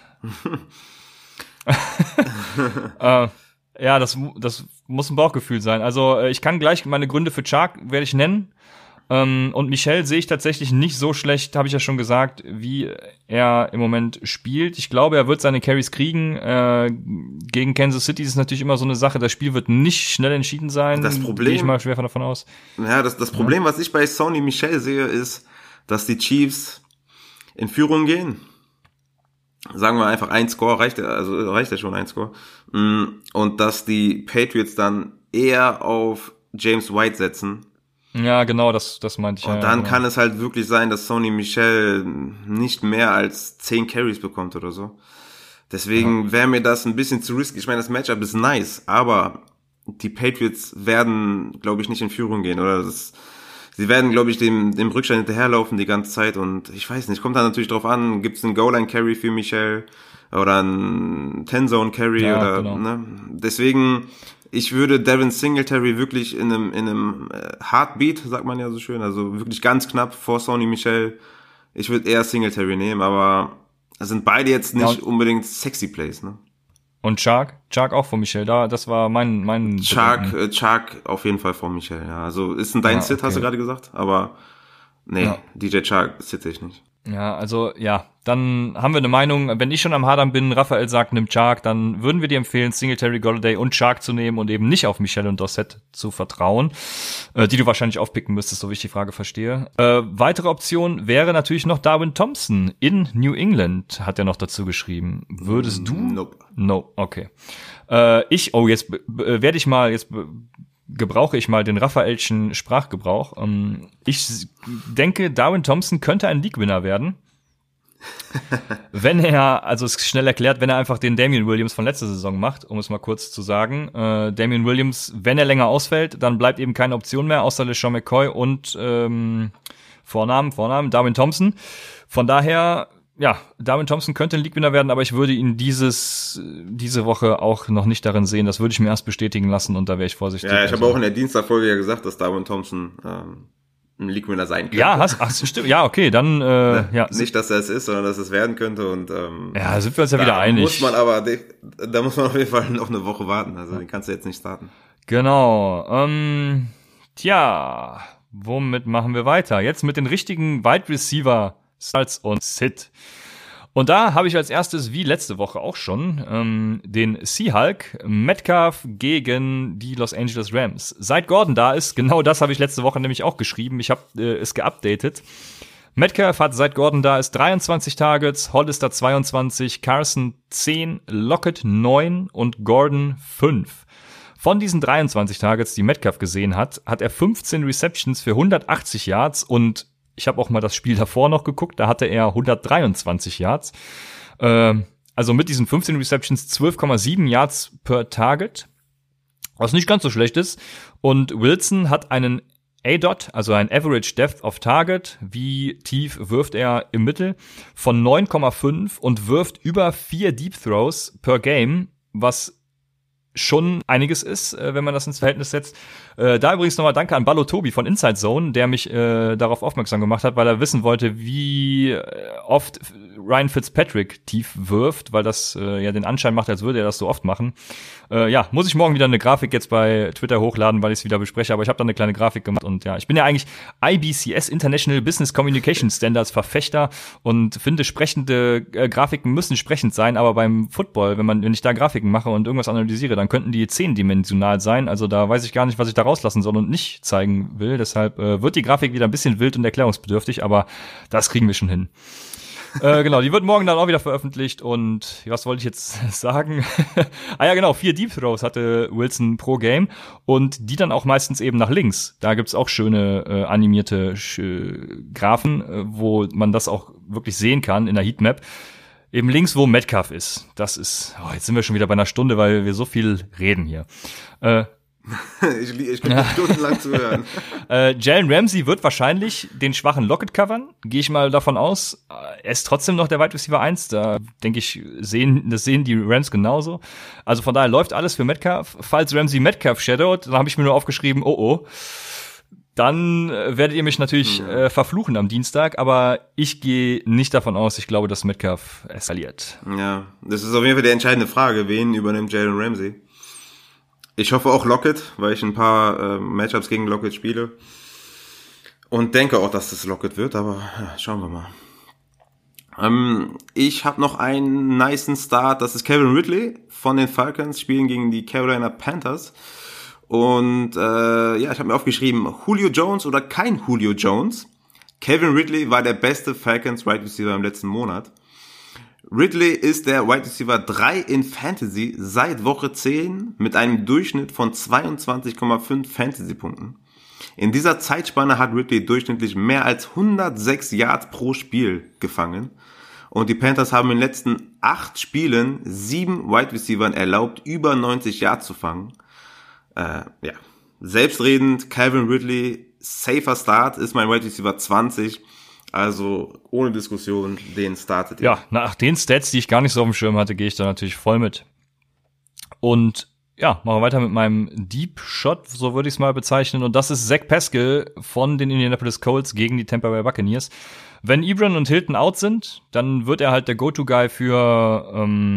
Ja, das muss ein Bauchgefühl sein. Also ich kann gleich meine Gründe für Chark werde ich nennen. Und Michel sehe ich tatsächlich nicht so schlecht, habe ich ja schon gesagt, wie er im Moment spielt. Ich glaube, er wird seine Carries kriegen. Gegen Kansas City ist es natürlich immer so eine Sache, das Spiel wird nicht schnell entschieden sein. Das Problem, gehe ich mal schwer davon aus. Ja, das Problem, was ich bei Sony Michel sehe, ist, dass die Chiefs in Führung gehen. Sagen wir einfach ein Score, reicht ja schon ein Score. Und dass die Patriots dann eher auf James White setzen. Ja, genau, das meinte ich. Und dann kann es halt wirklich sein, dass Sony Michel nicht mehr als 10 Carries bekommt oder so. Deswegen wäre mir das ein bisschen zu risky. Ich meine, das Matchup ist nice, aber die Patriots werden, glaube ich, nicht in Führung gehen. Sie werden, glaube ich, dem Rückstand hinterherlaufen die ganze Zeit. Und ich weiß nicht, kommt da natürlich drauf an, gibt es einen Goal-Line-Carry für Michel oder einen 10-Zone-Carry oder, genau. Ne? Deswegen, ich würde Devin Singletary wirklich in einem Heartbeat, sagt man ja so schön, also wirklich ganz knapp vor Sony Michel. Ich würde eher Singletary nehmen, aber es sind beide jetzt nicht unbedingt sexy Plays, ne? Und Chark auch von Michel, das war mein Chark auf jeden Fall von Michel, ja. Also ist ein dein Sit, hast du gerade gesagt, aber Nee, ja. DJ Chark sitze ich nicht. Ja, also, ja, dann haben wir eine Meinung. Wenn ich schon am Hadern bin, Raphael sagt, nimm Chark, dann würden wir dir empfehlen, Singletary, Golladay und Chark zu nehmen und eben nicht auf Michel und Dossett zu vertrauen, die du wahrscheinlich aufpicken müsstest, so wie ich die Frage verstehe. Weitere Option wäre natürlich noch Darwin Thompson in New England, hat er noch dazu geschrieben. Würdest du? Nope. No, okay. Gebrauche ich mal den Raphaelschen Sprachgebrauch. Ich denke, Darwin Thompson könnte ein League-Winner werden. Wenn er, also es ist schnell erklärt, wenn er einfach den Damian Williams von letzter Saison macht, um es mal kurz zu sagen. Damian Williams, wenn er länger ausfällt, dann bleibt eben keine Option mehr, außer LeSean McCoy und Vornamen, Darwin Thompson. Von daher, ja, Darwin Thompson könnte ein League-Winner werden, aber ich würde ihn diese Woche auch noch nicht darin sehen. Das würde ich mir erst bestätigen lassen und da wäre ich vorsichtig. Ja, ich habe auch in der Dienstagfolge ja gesagt, dass Darwin Thompson ein League-Winner sein könnte. Ja, stimmt. Ja, okay, dann ja. Nicht, dass er es ist, sondern dass es werden könnte und ja, sind wir uns ja wieder einig. Da muss man auf jeden Fall noch eine Woche warten. Also den kannst du jetzt nicht starten. Genau. Womit machen wir weiter? Jetzt mit den richtigen Wide Receiver Starts und Sit. Und da habe ich als erstes, wie letzte Woche auch schon, den Seahulk Metcalf gegen die Los Angeles Rams. Seit Gordon da ist, genau das habe ich letzte Woche nämlich auch geschrieben. Ich habe es geupdatet. Metcalf hat seit Gordon da ist 23 Targets, Hollister 22, Carson 10, Lockett 9 und Gordon 5. Von diesen 23 Targets, die Metcalf gesehen hat, hat er 15 Receptions für 180 Yards und ich habe auch mal das Spiel davor noch geguckt, da hatte er 123 Yards. Also mit diesen 15 Receptions 12,7 Yards per Target, was nicht ganz so schlecht ist. Und Wilson hat einen ADOT, also ein Average Depth of Target, wie tief wirft er im Mittel, von 9,5 und wirft über 4 Deep Throws per Game, was schon einiges ist, wenn man das ins Verhältnis setzt. Da übrigens nochmal Danke an Ballo Tobi von Inside Zone, der mich darauf aufmerksam gemacht hat, weil er wissen wollte, wie oft Ryan Fitzpatrick tief wirft, weil das ja den Anschein macht, als würde er das so oft machen. Muss ich morgen wieder eine Grafik jetzt bei Twitter hochladen, weil ich es wieder bespreche, aber ich habe da eine kleine Grafik gemacht und ja, ich bin ja eigentlich IBCS, International Business Communication Standards Verfechter und finde, sprechende Grafiken müssen sprechend sein, aber beim Football, wenn ich da Grafiken mache und irgendwas analysiere, dann könnten die 10-dimensional sein, also da weiß ich gar nicht, was ich da rauslassen soll und nicht zeigen will, deshalb wird die Grafik wieder ein bisschen wild und erklärungsbedürftig, aber das kriegen wir schon hin. Genau, die wird morgen dann auch wieder veröffentlicht und was wollte ich jetzt sagen? 4 Deep Throws hatte Wilson pro Game und die dann auch meistens eben nach links. Da gibt's auch schöne animierte Graphen, wo man das auch wirklich sehen kann in der Heatmap. Eben links, wo Metcalf ist. Das ist, jetzt sind wir schon wieder bei einer Stunde, weil wir so viel reden hier. Ich könnte stundenlang zuhören. Jalen Ramsey wird wahrscheinlich den schwachen Lockett covern, gehe ich mal davon aus. Er ist trotzdem noch der Wide Receiver 1, da denke ich, das sehen die Rams genauso. Also von daher läuft alles für Metcalf. Falls Ramsey Metcalf shadowt, dann habe ich mir nur aufgeschrieben, dann werdet ihr mich natürlich verfluchen am Dienstag, aber ich gehe nicht davon aus, ich glaube, dass Metcalf eskaliert. Ja, das ist auf jeden Fall die entscheidende Frage, wen übernimmt Jalen Ramsey? Ich hoffe auch Lockett, weil ich ein paar Matchups gegen Lockett spiele. Und denke auch, dass das Lockett wird, aber ja, schauen wir mal. Ich habe noch einen nicen Start, das ist Kevin Ridley von den Falcons, spielen gegen die Carolina Panthers. Und ich habe mir aufgeschrieben, Julio Jones oder kein Julio Jones. Kevin Ridley war der beste Falcons Wide Receiver im letzten Monat. Ridley ist der Wide Receiver 3 in Fantasy seit Woche 10 mit einem Durchschnitt von 22,5 Fantasy-Punkten. In dieser Zeitspanne hat Ridley durchschnittlich mehr als 106 Yards pro Spiel gefangen. Und die Panthers haben in den letzten 8 Spielen 7 Wide Receivern erlaubt, über 90 Yards zu fangen. Selbstredend, Calvin Ridley, safer Start, ist mein Wide Receiver 20. Also ohne Diskussion, den startet ihr. Ja, nach den Stats, die ich gar nicht so auf dem Schirm hatte, gehe ich da natürlich voll mit. Und ja, machen wir weiter mit meinem Deep Shot, so würde ich es mal bezeichnen. Und das ist Zach Pascal von den Indianapolis Colts gegen die Tampa Bay Buccaneers. Wenn Ebron und Hilton out sind, dann wird er halt der Go-To-Guy für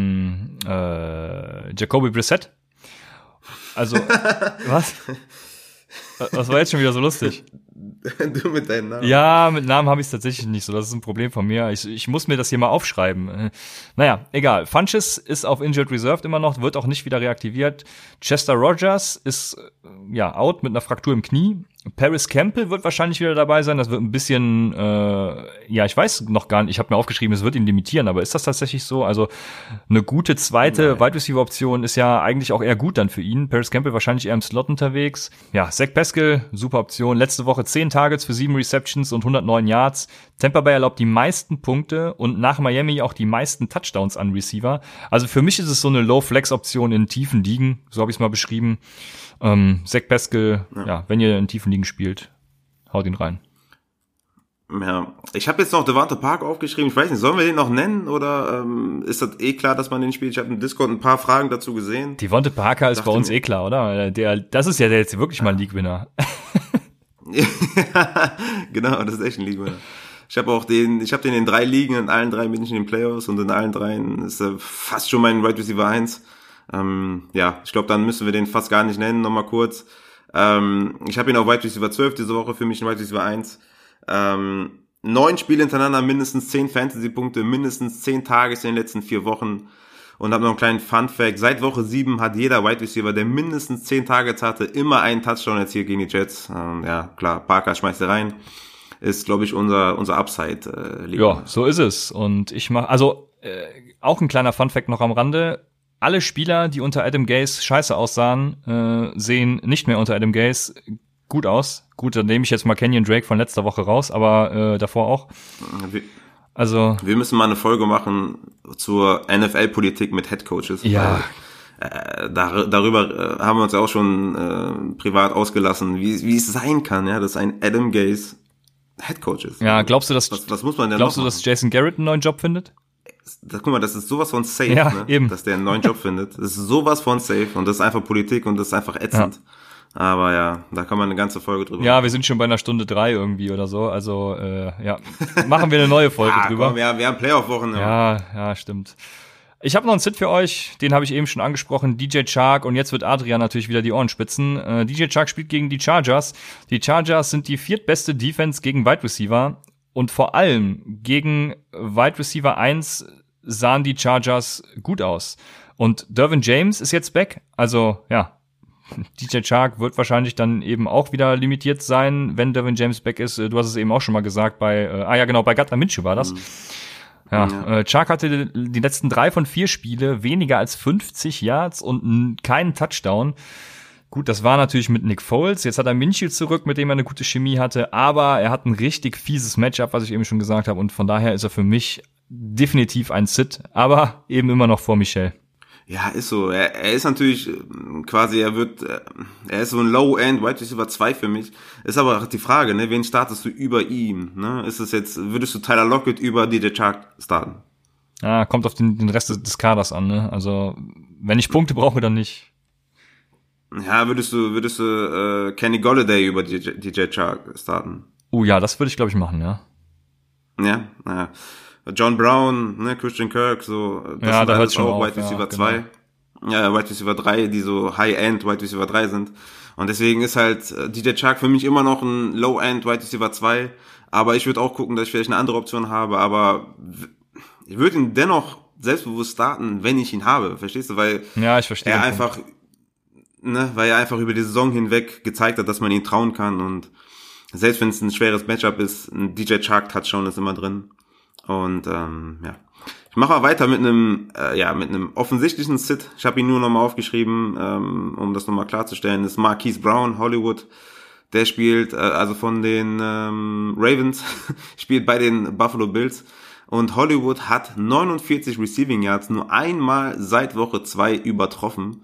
Jacoby Brissett. Also, was? Was war jetzt schon wieder so lustig? Du mit deinen Namen. Ja, mit Namen habe ich es tatsächlich nicht so. Das ist ein Problem von mir. Ich muss mir das hier mal aufschreiben. Naja, egal. Funches ist auf Injured Reserved immer noch, wird auch nicht wieder reaktiviert. Chester Rogers ist out mit einer Fraktur im Knie. Paris Campbell wird wahrscheinlich wieder dabei sein. Das wird ein bisschen, ich weiß noch gar nicht. Ich habe mir aufgeschrieben, es wird ihn limitieren. Aber ist das tatsächlich so? Also eine gute zweite Wide Receiver Option ist ja eigentlich auch eher gut dann für ihn. Paris Campbell wahrscheinlich eher im Slot unterwegs. Ja, Zach Pascal, super Option. Letzte Woche 10 Targets für 7 Receptions und 109 Yards. Tampa Bay erlaubt die meisten Punkte und nach Miami auch die meisten Touchdowns an Receiver. Also für mich ist es so eine Low-Flex-Option in tiefen Ligen. So habe ich es mal beschrieben. Zach Pascal, wenn ihr in tiefen Ligen spielt, haut ihn rein. Ja, ich habe jetzt noch Devonta Parker aufgeschrieben. Ich weiß nicht, sollen wir den noch nennen oder ist das eh klar, dass man den spielt? Ich habe im Discord ein paar Fragen dazu gesehen. Devonta Parker ist bei uns eh klar, oder? Das ist ja jetzt wirklich mal ein League-Winner. Genau, das ist echt ein League-Winner. Ich habe den in 3 Ligen, in allen 3 bin ich in den Playoffs und in allen 3 ist er fast schon mein Wide Receiver 1. Ich glaube, dann müssen wir den fast gar nicht nennen, nochmal kurz. Ich habe ihn auf Wide Receiver 12 diese Woche, für mich ein Wide Receiver 1. 9 Spiele hintereinander, mindestens 10 Fantasy-Punkte, mindestens 10 Tages in den letzten 4 Wochen. Und habe noch einen kleinen Fun-Fact. Seit Woche 7 hat jeder Wide Receiver, der mindestens 10 Targets hatte, immer einen Touchdown erzielt gegen die Jets. Klar, Parker schmeißt er rein. Ist, glaube ich, unser Upside. Ja, so ist es. Und ich mache, auch ein kleiner Fun-Fact noch am Rande. Alle Spieler, die unter Adam Gase scheiße aussahen, sehen nicht mehr unter Adam Gase gut aus. Gut, dann nehme ich jetzt mal Kenyon Drake von letzter Woche raus, aber davor auch. Wir müssen mal eine Folge machen zur NFL-Politik mit Headcoaches. Ja. Darüber haben wir uns ja auch schon privat ausgelassen, wie es sein kann, ja, dass ein Adam Gase Headcoach ist. Ja, glaubst du, dass was muss man denn glaubst noch du, dass Jason Garrett einen neuen Job findet? Guck mal, das ist sowas von safe, ja, ne? Eben. Dass der einen neuen Job findet. Das ist sowas von safe und das ist einfach Politik und das ist einfach ätzend. Ja. Aber ja, da kann man eine ganze Folge drüber machen. Ja, wir sind schon bei einer Stunde 3 irgendwie oder so. Also, machen wir eine neue Folge drüber. Komm, wir haben Playoff-Wochen. Ja, stimmt. Ich habe noch einen Sit für euch, den habe ich eben schon angesprochen, DJ Chark, und jetzt wird Adrian natürlich wieder die Ohren spitzen. DJ Chark spielt gegen die Chargers. Die Chargers sind die 4. beste Defense gegen Wide Receiver und vor allem gegen Wide Receiver 1 sahen die Chargers gut aus. Und Derwin James ist jetzt back, also ja, DJ Chark wird wahrscheinlich dann eben auch wieder limitiert sein, wenn Derwin James back ist. Du hast es eben auch schon mal gesagt bei Gardner Minshew war das. Chark hatte die letzten 3 von 4 Spiele weniger als 50 Yards und keinen Touchdown. Gut, das war natürlich mit Nick Foles. Jetzt hat er Minshew zurück, mit dem er eine gute Chemie hatte. Aber er hat ein richtig fieses Matchup, was ich eben schon gesagt habe. Und von daher ist er für mich definitiv ein Sit. Aber eben immer noch vor Michel. Ja, ist so. Er ist natürlich quasi, er ist so ein Low-End Wide Receiver 2 für mich. Ist aber auch die Frage, ne, wen startest du über ihm, ne? Ist es jetzt, würdest du Tyler Lockett über DJ Chark starten? Ja, kommt auf den Rest des Kaders an, ne? Also, wenn ich Punkte brauche, dann nicht. Ja, würdest du Kenny Golladay über DJ Chark starten? Ja, das würde ich, glaube ich, machen, ja. Ja. John Brown, ne, Christian Kirk, so, das ja, sind da alles schon auch auf, Wide Receiver 2. Genau. Ja, Wide Receiver 3, die so High-End Wide Receiver 3 sind. Und deswegen ist halt DJ Chark für mich immer noch ein Low-End Wide Receiver 2. Aber ich würde auch gucken, dass ich vielleicht eine andere Option habe. Aber ich würde ihn dennoch selbstbewusst starten, wenn ich ihn habe. Verstehst du? Weil ja, ich verstehe. Weil er einfach über die Saison hinweg gezeigt hat, dass man ihn trauen kann. Und selbst wenn es ein schweres Matchup ist, ein DJ Chark Touchdown ist immer drin. Und ich mache mal weiter mit einem offensichtlichen Sit. Ich habe ihn nur nochmal aufgeschrieben, um das nochmal klarzustellen. Das ist Marquise Brown, Hollywood. Der spielt also von den Ravens, spielt bei den Buffalo Bills. Und Hollywood hat 49 Receiving Yards nur einmal seit Woche 2 übertroffen.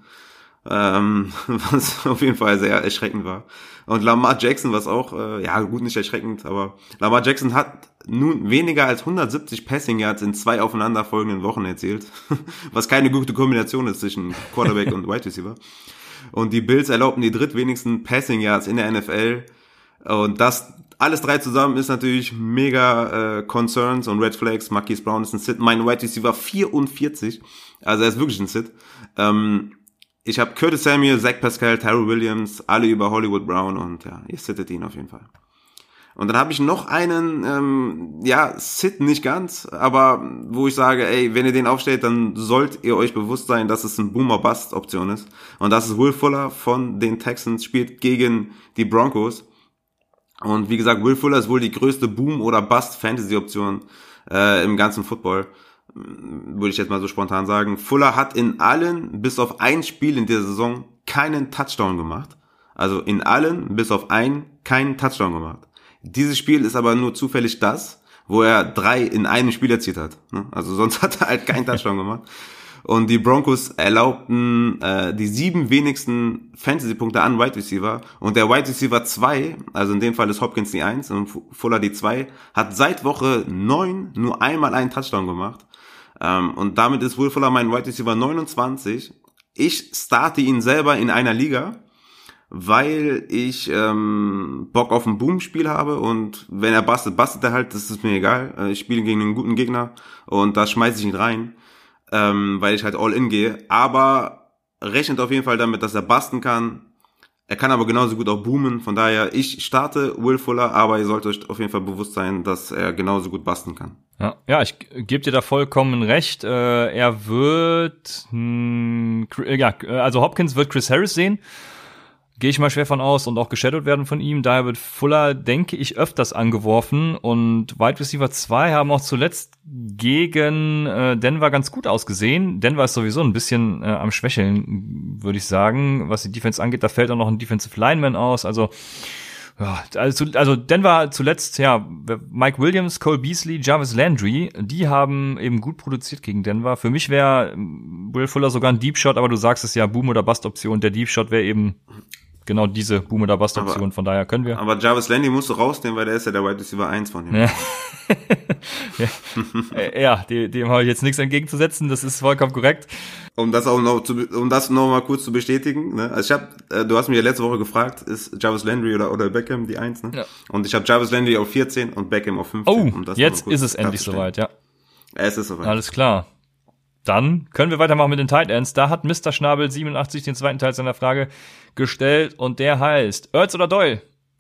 Was auf jeden Fall sehr erschreckend war. Und Lamar Jackson, was auch, nicht erschreckend, aber Lamar Jackson hat nun weniger als 170 Passing Yards in 2 aufeinanderfolgenden Wochen erzielt, was keine gute Kombination ist zwischen Quarterback und Wide Receiver. Und die Bills erlaubten die drittwenigsten Passing Yards in der NFL. Und das alles 3 zusammen ist natürlich mega Concerns und Red Flags. Marquise Brown ist ein Sit. Mein Wide Receiver 44, also er ist wirklich ein Sit. Ich habe Curtis Samuel, Zach Pascal, Tyrell Williams, alle über Hollywood Brown und ja, ihr sittet ihn auf jeden Fall. Und dann habe ich noch einen, Sit nicht ganz, aber wo ich sage, ey, wenn ihr den aufstellt, dann sollt ihr euch bewusst sein, dass es ein Boomer-Bust-Option ist. Und das ist Will Fuller von den Texans, spielt gegen die Broncos. Und wie gesagt, Will Fuller ist wohl die größte Boom- oder Bust-Fantasy-Option im ganzen Football, würde ich jetzt mal so spontan sagen. Fuller hat in allen, bis auf ein Spiel in dieser Saison, keinen Touchdown gemacht. Also in allen, bis auf einen, keinen Touchdown gemacht. Dieses Spiel ist aber nur zufällig das, wo er 3 in einem Spiel erzielt hat. Also sonst hat er halt keinen Touchdown gemacht. Und die Broncos erlaubten die 7 wenigsten Fantasy-Punkte an Wide Receiver. Und der Wide Receiver 2, also in dem Fall ist Hopkins die 1 und Fuller die 2, hat seit Woche 9 nur einmal einen Touchdown gemacht. Und damit ist Will Fuller mein Wide Receiver 29. Ich starte ihn selber in einer Liga, weil ich Bock auf ein Boom-Spiel habe und wenn er bastet er halt, das ist mir egal. Ich spiele gegen einen guten Gegner und da schmeiße ich ihn rein, weil ich halt All-In gehe. Aber rechnet auf jeden Fall damit, dass er basten kann. Er kann aber genauso gut auch boomen. Von daher, ich starte Will Fuller, aber ihr sollt euch auf jeden Fall bewusst sein, dass er genauso gut basten kann. Ja, ich gebe dir da vollkommen recht. Er wird, also Hopkins wird Chris Harris sehen. Gehe ich mal schwer von aus und auch geshadowed werden von ihm. Daher wird Fuller, denke ich, öfters angeworfen. Und Wide Receiver 2 haben auch zuletzt gegen Denver ganz gut ausgesehen. Denver ist sowieso ein bisschen am Schwächeln, würde ich sagen, was die Defense angeht. Da fällt auch noch ein Defensive Lineman aus. Also Denver zuletzt, Mike Williams, Cole Beasley, Jarvis Landry, die haben eben gut produziert gegen Denver. Für mich wäre Will Fuller sogar ein Deep Shot, aber du sagst es ja, Boom- oder Bust-Option. Der Deep Shot wäre eben genau diese Boom- oder Bust-Option, von daher können wir. Aber Jarvis Landry musst du rausnehmen, weil der ist ja der Wide Receiver 1 von ihm. Dem habe ich jetzt nichts entgegenzusetzen, das ist vollkommen korrekt. Um das noch mal kurz zu bestätigen, ne? Also du hast mich ja letzte Woche gefragt, ist Jarvis Landry oder Beckham die 1, ne? Ja. Und ich habe Jarvis Landry auf 14 und Beckham auf 15. Oh, jetzt ist es endlich soweit, ja. Es ist soweit. Alles klar. Dann können wir weitermachen mit den Tight Ends. Da hat Mr. Schnabel 87 den zweiten Teil seiner Frage gestellt und der heißt Ertz oder Doyle?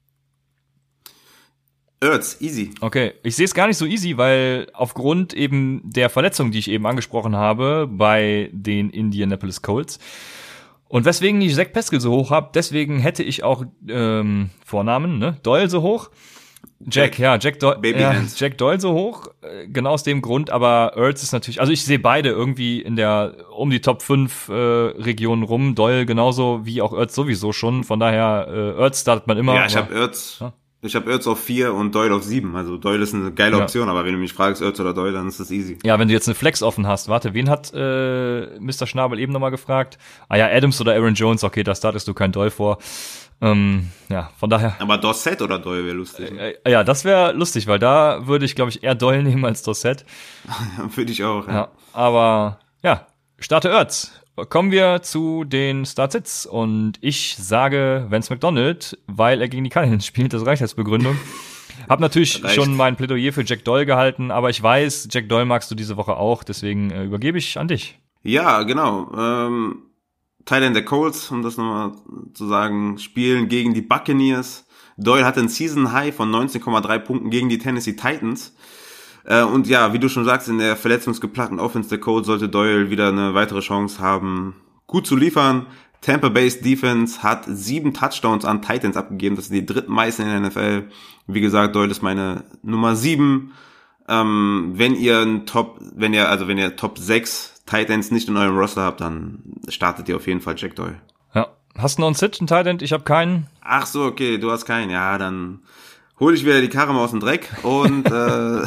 Ertz, easy. Okay, ich sehe es gar nicht so easy, weil aufgrund eben der Verletzung, die ich eben angesprochen habe bei den Indianapolis Colts und weswegen ich Zach Pascal so hoch habe, deswegen hätte ich auch Vornamen, ne? Doyle so hoch. Jack Doyle so hoch, genau aus dem Grund, aber Ertz ist natürlich, also ich sehe beide irgendwie in der um die Top 5 Regionen rum, Doyle genauso wie auch Ertz sowieso schon, von daher Ertz startet man immer. Ja, ich habe Ertz auf 4 und Doyle auf 7, also Doyle ist eine geile Option, aber wenn du mich fragst, Ertz oder Doyle, dann ist das easy. Ja, wenn du jetzt eine Flex offen hast, warte, wen hat Mr. Schnabel eben nochmal gefragt? Adams oder Aaron Jones, okay, da startest du kein Doyle vor. Von daher. Aber Dorsett oder Doyle wäre lustig. Ja, das wäre lustig, weil da würde ich, glaube ich, eher Doyle nehmen als Dorsett. Würde ich auch, ja. Aber, starte Ertz. Kommen wir zu den Start-Sits. Und ich sage Vance McDonald, weil er gegen die Cardinals spielt, das reicht als Begründung. Hab natürlich schon mein Plädoyer für Jack Doyle gehalten, aber ich weiß, Jack Doyle magst du diese Woche auch, deswegen übergebe ich an dich. Ja, genau. Tight End der Colts, um das nochmal zu sagen, spielen gegen die Buccaneers. Doyle hatte ein Season High von 19,3 Punkten gegen die Tennessee Titans. Und ja, wie du schon sagst, in der verletzungsgeplagten Offense der Colts sollte Doyle wieder eine weitere Chance haben, gut zu liefern. Tampa Bay's Defense hat 7 Touchdowns an Titans abgegeben. Das sind die drittmeisten in der NFL. Wie gesagt, Doyle ist meine Nummer 7. Wenn ihr Top 6 Titans nicht in eurem Roster habt, dann startet ihr auf jeden Fall Jack Doyle. Ja. Hast du noch einen Sit, einen Tight End? Ich habe keinen. Ach so, okay, du hast keinen. Ja, dann hole ich wieder die Karre mal aus dem Dreck und aber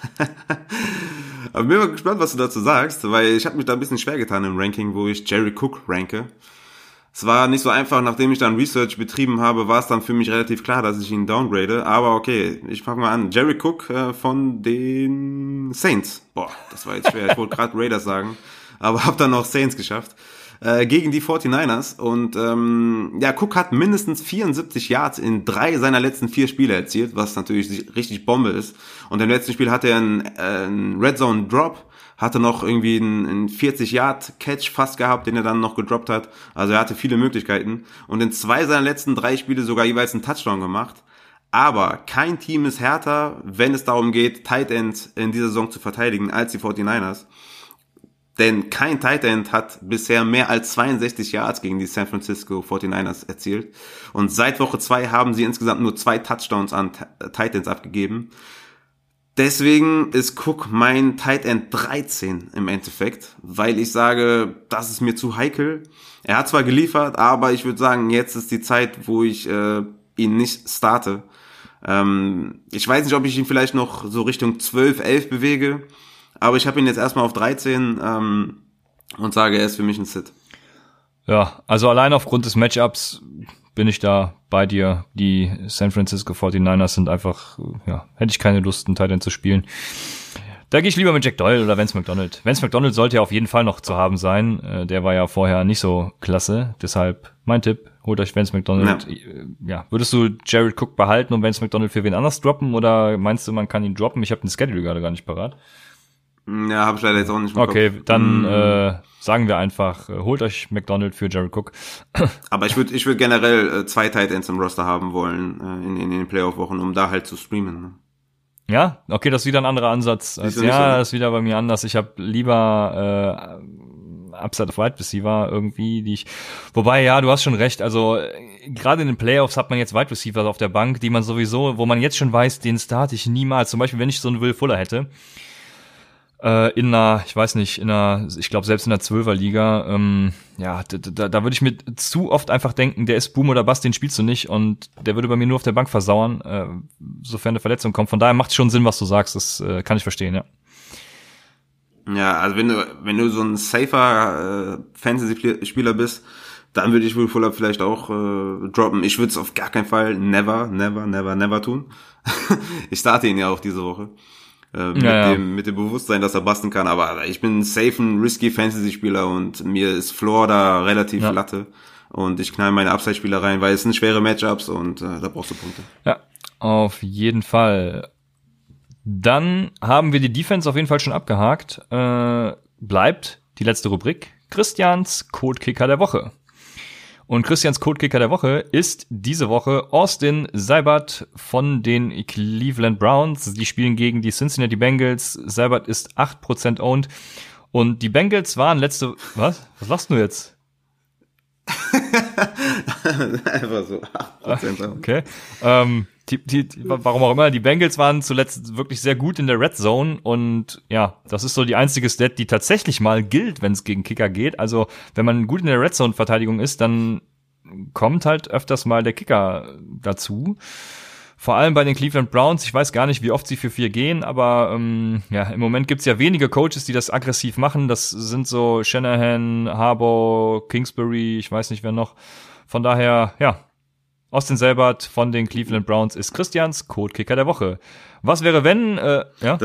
bin mal gespannt, was du dazu sagst, weil ich habe mich da ein bisschen schwer getan im Ranking, wo ich Jerry Cook ranke. Es war nicht so einfach, nachdem ich dann Research betrieben habe, war es dann für mich relativ klar, dass ich ihn downgrade. Aber okay, ich fange mal an. Jerry Cook von den Saints. Boah, das war jetzt schwer. Ich wollte gerade Raiders sagen, aber habe dann noch Saints geschafft. Gegen die 49ers. Und Cook hat mindestens 74 Yards in 3 seiner letzten 4 Spiele erzielt, was natürlich richtig Bombe ist. Und im letzten Spiel hatte er einen Red Zone Drop, hatte noch irgendwie einen 40-Yard-Catch fast gehabt, den er dann noch gedroppt hat. Also er hatte viele Möglichkeiten. Und in 2 seiner letzten 3 Spiele sogar jeweils einen Touchdown gemacht. Aber kein Team ist härter, wenn es darum geht, Tight End in dieser Saison zu verteidigen, als die 49ers. Denn kein Tight End hat bisher mehr als 62 Yards gegen die San Francisco 49ers erzielt. Und seit Woche 2 haben sie insgesamt nur 2 Touchdowns an Tight Ends abgegeben. Deswegen ist Cook mein Tight End 13 im Endeffekt, weil ich sage, das ist mir zu heikel. Er hat zwar geliefert, aber ich würde sagen, jetzt ist die Zeit, wo ich ihn nicht starte. Ich weiß nicht, ob ich ihn vielleicht noch so Richtung 12, 11 bewege, aber ich habe ihn jetzt erstmal auf 13 und sage, er ist für mich ein Sit. Ja, also allein aufgrund des Matchups bin ich da bei dir. Die San Francisco 49ers sind einfach, ja, hätte ich keine Lust, einen Tight End zu spielen. Da gehe ich lieber mit Jack Doyle oder Vance McDonald. Vance McDonald sollte ja auf jeden Fall noch zu haben sein. Der war ja vorher nicht so klasse. Deshalb mein Tipp, holt euch Vance McDonald. Ja, würdest du Jared Cook behalten und Vance McDonald für wen anders droppen? Oder meinst du, man kann ihn droppen? Ich habe den Schedule gerade gar nicht parat. Ja, habe ich leider jetzt auch nicht mehr. Okay, dann sagen wir einfach, holt euch McDonald für Jared Cook. Aber ich würd generell 2 Tight Ends im Roster haben wollen in den Playoff-Wochen, um da halt zu streamen. Ne? Ja, okay, das ist wieder ein anderer Ansatz. Das ist wieder bei mir anders. Ich habe lieber Upside of Wide Receiver irgendwie, wobei, ja, du hast schon recht, also gerade in den Playoffs hat man jetzt Wide Receiver auf der Bank, die man sowieso, wo man jetzt schon weiß, den starte ich niemals. Zum Beispiel, wenn ich so einen Will Fuller hätte, in einer, ich glaube selbst in der 12er-Liga, ja, da würde ich mir zu oft einfach denken, der ist Boom oder Bust, den spielst du nicht und der würde bei mir nur auf der Bank versauern, sofern eine Verletzung kommt. Von daher macht es schon Sinn, was du sagst, das kann ich verstehen, ja. Ja, also wenn du so ein safer Fantasy-Spieler bist, dann würde ich Will Fuller vielleicht auch droppen. Ich würde es auf gar keinen Fall never tun. Ich starte ihn ja auch diese Woche. Mit dem Bewusstsein, dass er busten kann, aber ich bin safe ein risky Fantasy-Spieler und mir ist Floor da relativ Latte und ich knall meine Upside-Spieler rein, weil es sind schwere Matchups und da brauchst du Punkte. Ja, auf jeden Fall. Dann haben wir die Defense auf jeden Fall schon abgehakt. Bleibt die letzte Rubrik, Christians Codekicker der Woche. Und Christians Codekicker der Woche ist diese Woche Austin Seibert von den Cleveland Browns. Die spielen gegen die Cincinnati Bengals. Seibert ist 8% owned. Und die Bengals waren Was lachst du jetzt? Einfach so 8%. Okay. Warum auch immer, die Bengals waren zuletzt wirklich sehr gut in der Red Zone und ja, das ist so die einzige Stat, die tatsächlich mal gilt, wenn es gegen Kicker geht. Also, wenn man gut in der Red Zone Verteidigung ist, dann kommt halt öfters mal der Kicker dazu. Vor allem bei den Cleveland Browns. Ich weiß gar nicht, wie oft sie für 4 gehen, aber ja, im Moment gibt's ja wenige Coaches, die das aggressiv machen. Das sind so Shanahan, Harbaugh, Kingsbury, ich weiß nicht wer noch. Von daher, ja, Austin Seibert von den Cleveland Browns ist Christians Codekicker der Woche. Was wäre, wenn, ja?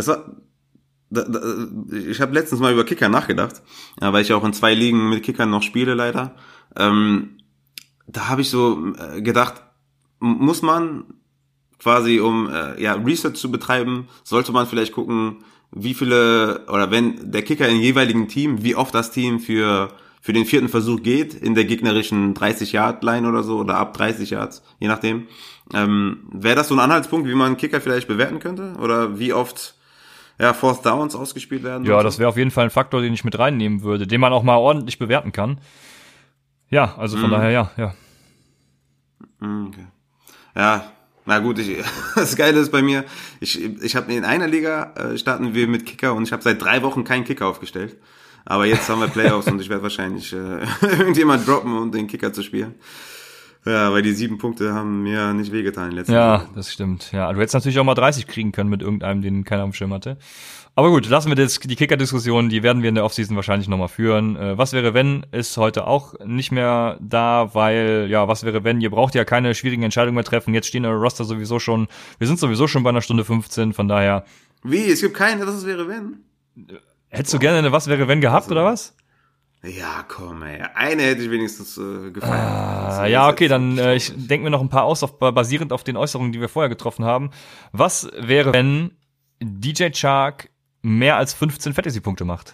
Ich habe letztens mal über Kicker nachgedacht, weil ich auch in 2 Ligen mit Kickern noch spiele, leider. Da habe ich so gedacht, muss man quasi, um Research zu betreiben, sollte man vielleicht gucken, wie viele, oder wenn der Kicker im jeweiligen Team, wie oft das Team für den 4. Versuch geht, in der gegnerischen 30-Yard-Line oder so, oder ab 30 Yards, je nachdem. Wäre das so ein Anhaltspunkt, wie man einen Kicker vielleicht bewerten könnte? Oder wie oft Fourth Downs ausgespielt werden? Ja, das wäre auf jeden Fall ein Faktor, den ich mit reinnehmen würde, den man auch mal ordentlich bewerten kann. Ja, also von daher, ja. Okay. Ja, na gut, das Geile ist bei mir, ich habe in einer Liga starten wir mit Kicker und ich habe seit 3 Wochen keinen Kicker aufgestellt. Aber jetzt haben wir Playoffs und ich werde wahrscheinlich irgendjemand droppen, um den Kicker zu spielen. Ja, weil die 7 Punkte haben mir nicht wehgetan in den letzten Jahren. Jahren. Ja, das stimmt. Ja, du hättest natürlich auch mal 30 kriegen können mit irgendeinem, den keiner am Schirm hatte. Aber gut, lassen wir das, die Kicker-Diskussion, die werden wir in der Offseason wahrscheinlich nochmal führen. Was wäre, wenn, ist heute auch nicht mehr da, weil, ja, was wäre, wenn, ihr braucht ja keine schwierigen Entscheidungen mehr treffen. Jetzt stehen eure Roster sowieso schon, wir sind sowieso schon bei einer Stunde 15, von daher. Wie? Es gibt keine, was wäre, wenn? Hättest du gerne eine Was wäre, wenn gehabt, oder was? Ja, komm, ey. Eine hätte ich wenigstens gefeiert. Ja, okay, dann ich denke mir noch ein paar aus, basierend auf den Äußerungen, die wir vorher getroffen haben. Was wäre, wenn DJ Chark mehr als 15 Fantasy-Punkte macht?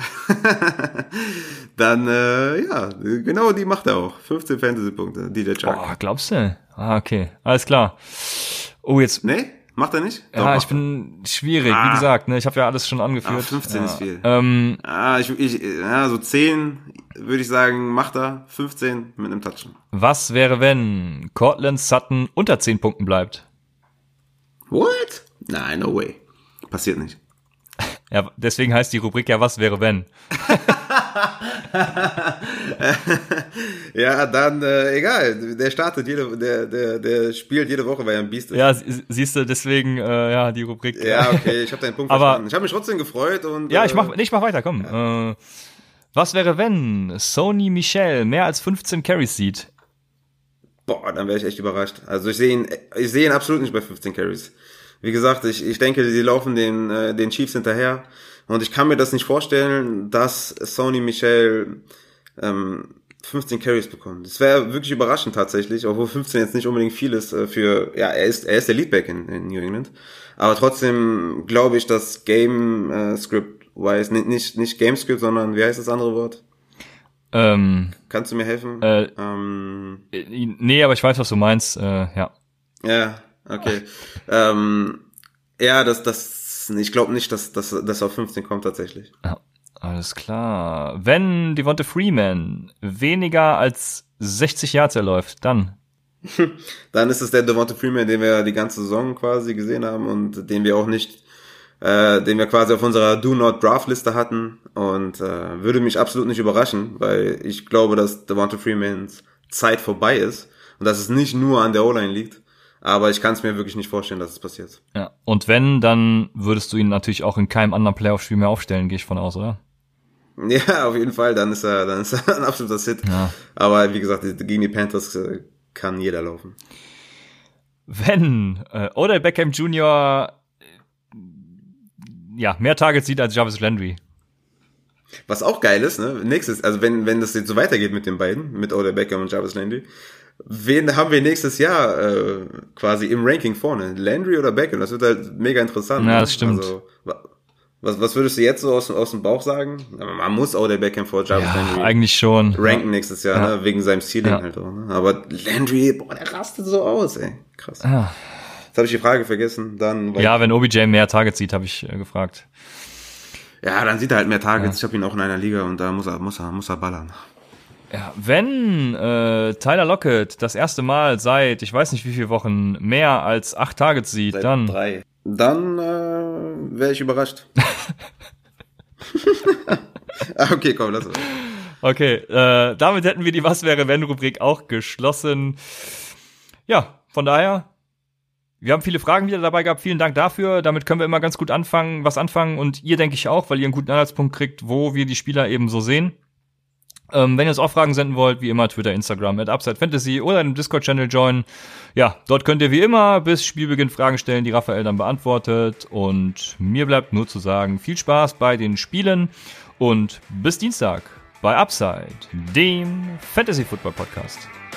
Dann, genau die macht er auch. 15 Fantasy-Punkte, DJ Chark. Boah, glaubst du? Okay, alles klar. Oh, jetzt. Nee? Macht er nicht? Ja, ich bin schwierig, wie gesagt, ne, ich habe ja alles schon angeführt. 15 ist viel. So 10 würde ich sagen, macht er. 15 mit einem Touchdown. Was wäre, wenn Cortland Sutton unter 10 Punkten bleibt? What? Nein, no way. Passiert nicht. Ja, deswegen heißt die Rubrik ja, was wäre, wenn? Ja, dann egal. Der startet der spielt jede Woche, weil er ein Biest ist. Ja, siehst du, deswegen die Rubrik. Ja, okay, ich habe deinen Punkt verstanden. Ich habe mich trotzdem gefreut und ja, ich mach weiter, komm. Ja. Was wäre, wenn Sony Michel mehr als 15 Carries sieht? Boah, dann wäre ich echt überrascht. Also ich sehe ihn absolut nicht bei 15 Carries. Wie gesagt, ich denke, die laufen den Chiefs hinterher. Und ich kann mir das nicht vorstellen, dass Sony Michel 15 Carries bekommt. Das wäre wirklich überraschend tatsächlich, obwohl 15 jetzt nicht unbedingt viel ist er ist der Leadback in New England. Aber trotzdem glaube ich, dass Game Script-wise, nicht Game Script, sondern wie heißt das andere Wort? Kannst du mir helfen? Nee, aber ich weiß, was du meinst, ja. Ja, okay. Ich glaube nicht, dass das auf 15 kommt tatsächlich. Ja, alles klar. Wenn Devonta Freeman weniger als 60 Yards erläuft, dann ist es der Devonta Freeman, den wir die ganze Saison quasi gesehen haben und den wir auch nicht, den wir quasi auf unserer Do-Not-Draft-Liste hatten und würde mich absolut nicht überraschen, weil ich glaube, dass Devonta Freemans Zeit vorbei ist und dass es nicht nur an der O-Line liegt. Aber ich kann es mir wirklich nicht vorstellen, dass es passiert. Ja, und wenn, dann würdest du ihn natürlich auch in keinem anderen Playoff-Spiel mehr aufstellen, gehe ich von aus, oder? Ja, auf jeden Fall, dann ist er ein absoluter Sit. Ja. Aber wie gesagt, gegen die Panthers kann jeder laufen. Wenn Odell Beckham Jr. Mehr Targets sieht als Jarvis Landry. Was auch geil ist, ne? Nächstes, also wenn das jetzt so weitergeht mit den beiden, mit Odell Beckham und Jarvis Landry, wen haben wir nächstes Jahr quasi im Ranking vorne? Landry oder Beckham? Das wird halt mega interessant. Ja, das stimmt. Also, was würdest du jetzt so aus dem Bauch sagen? Man muss Odell Beckham vor Jarvis Landry eigentlich schon ranken nächstes Jahr, ne? Wegen seinem Ceiling halt auch. Ne? Aber Landry, der rastet so aus, ey. Krass. Ja. Jetzt habe ich die Frage vergessen. Wenn OBJ mehr Targets sieht, habe ich gefragt. Ja, dann sieht er halt mehr Targets. Ich habe ihn auch in einer Liga und da muss er ballern. Ja, wenn Tyler Lockett das erste Mal seit, ich weiß nicht wie viele Wochen, mehr als 8 Targets sieht, seit dann 3. Dann wäre ich überrascht. Okay, komm, lass mal. Okay, damit hätten wir die Was-wäre-wenn-Rubrik auch geschlossen. Ja, von daher, wir haben viele Fragen wieder dabei gehabt. Vielen Dank dafür. Damit können wir immer ganz gut anfangen und ihr, denke ich, auch, weil ihr einen guten Anhaltspunkt kriegt, wo wir die Spieler eben so sehen. Wenn ihr uns auch Fragen senden wollt, wie immer Twitter, Instagram @UpsideFantasy oder im Discord-Channel joinen. Ja, dort könnt ihr wie immer bis Spielbeginn Fragen stellen, die Raphael dann beantwortet. Und mir bleibt nur zu sagen, viel Spaß bei den Spielen und bis Dienstag bei Upside, dem Fantasy Football Podcast.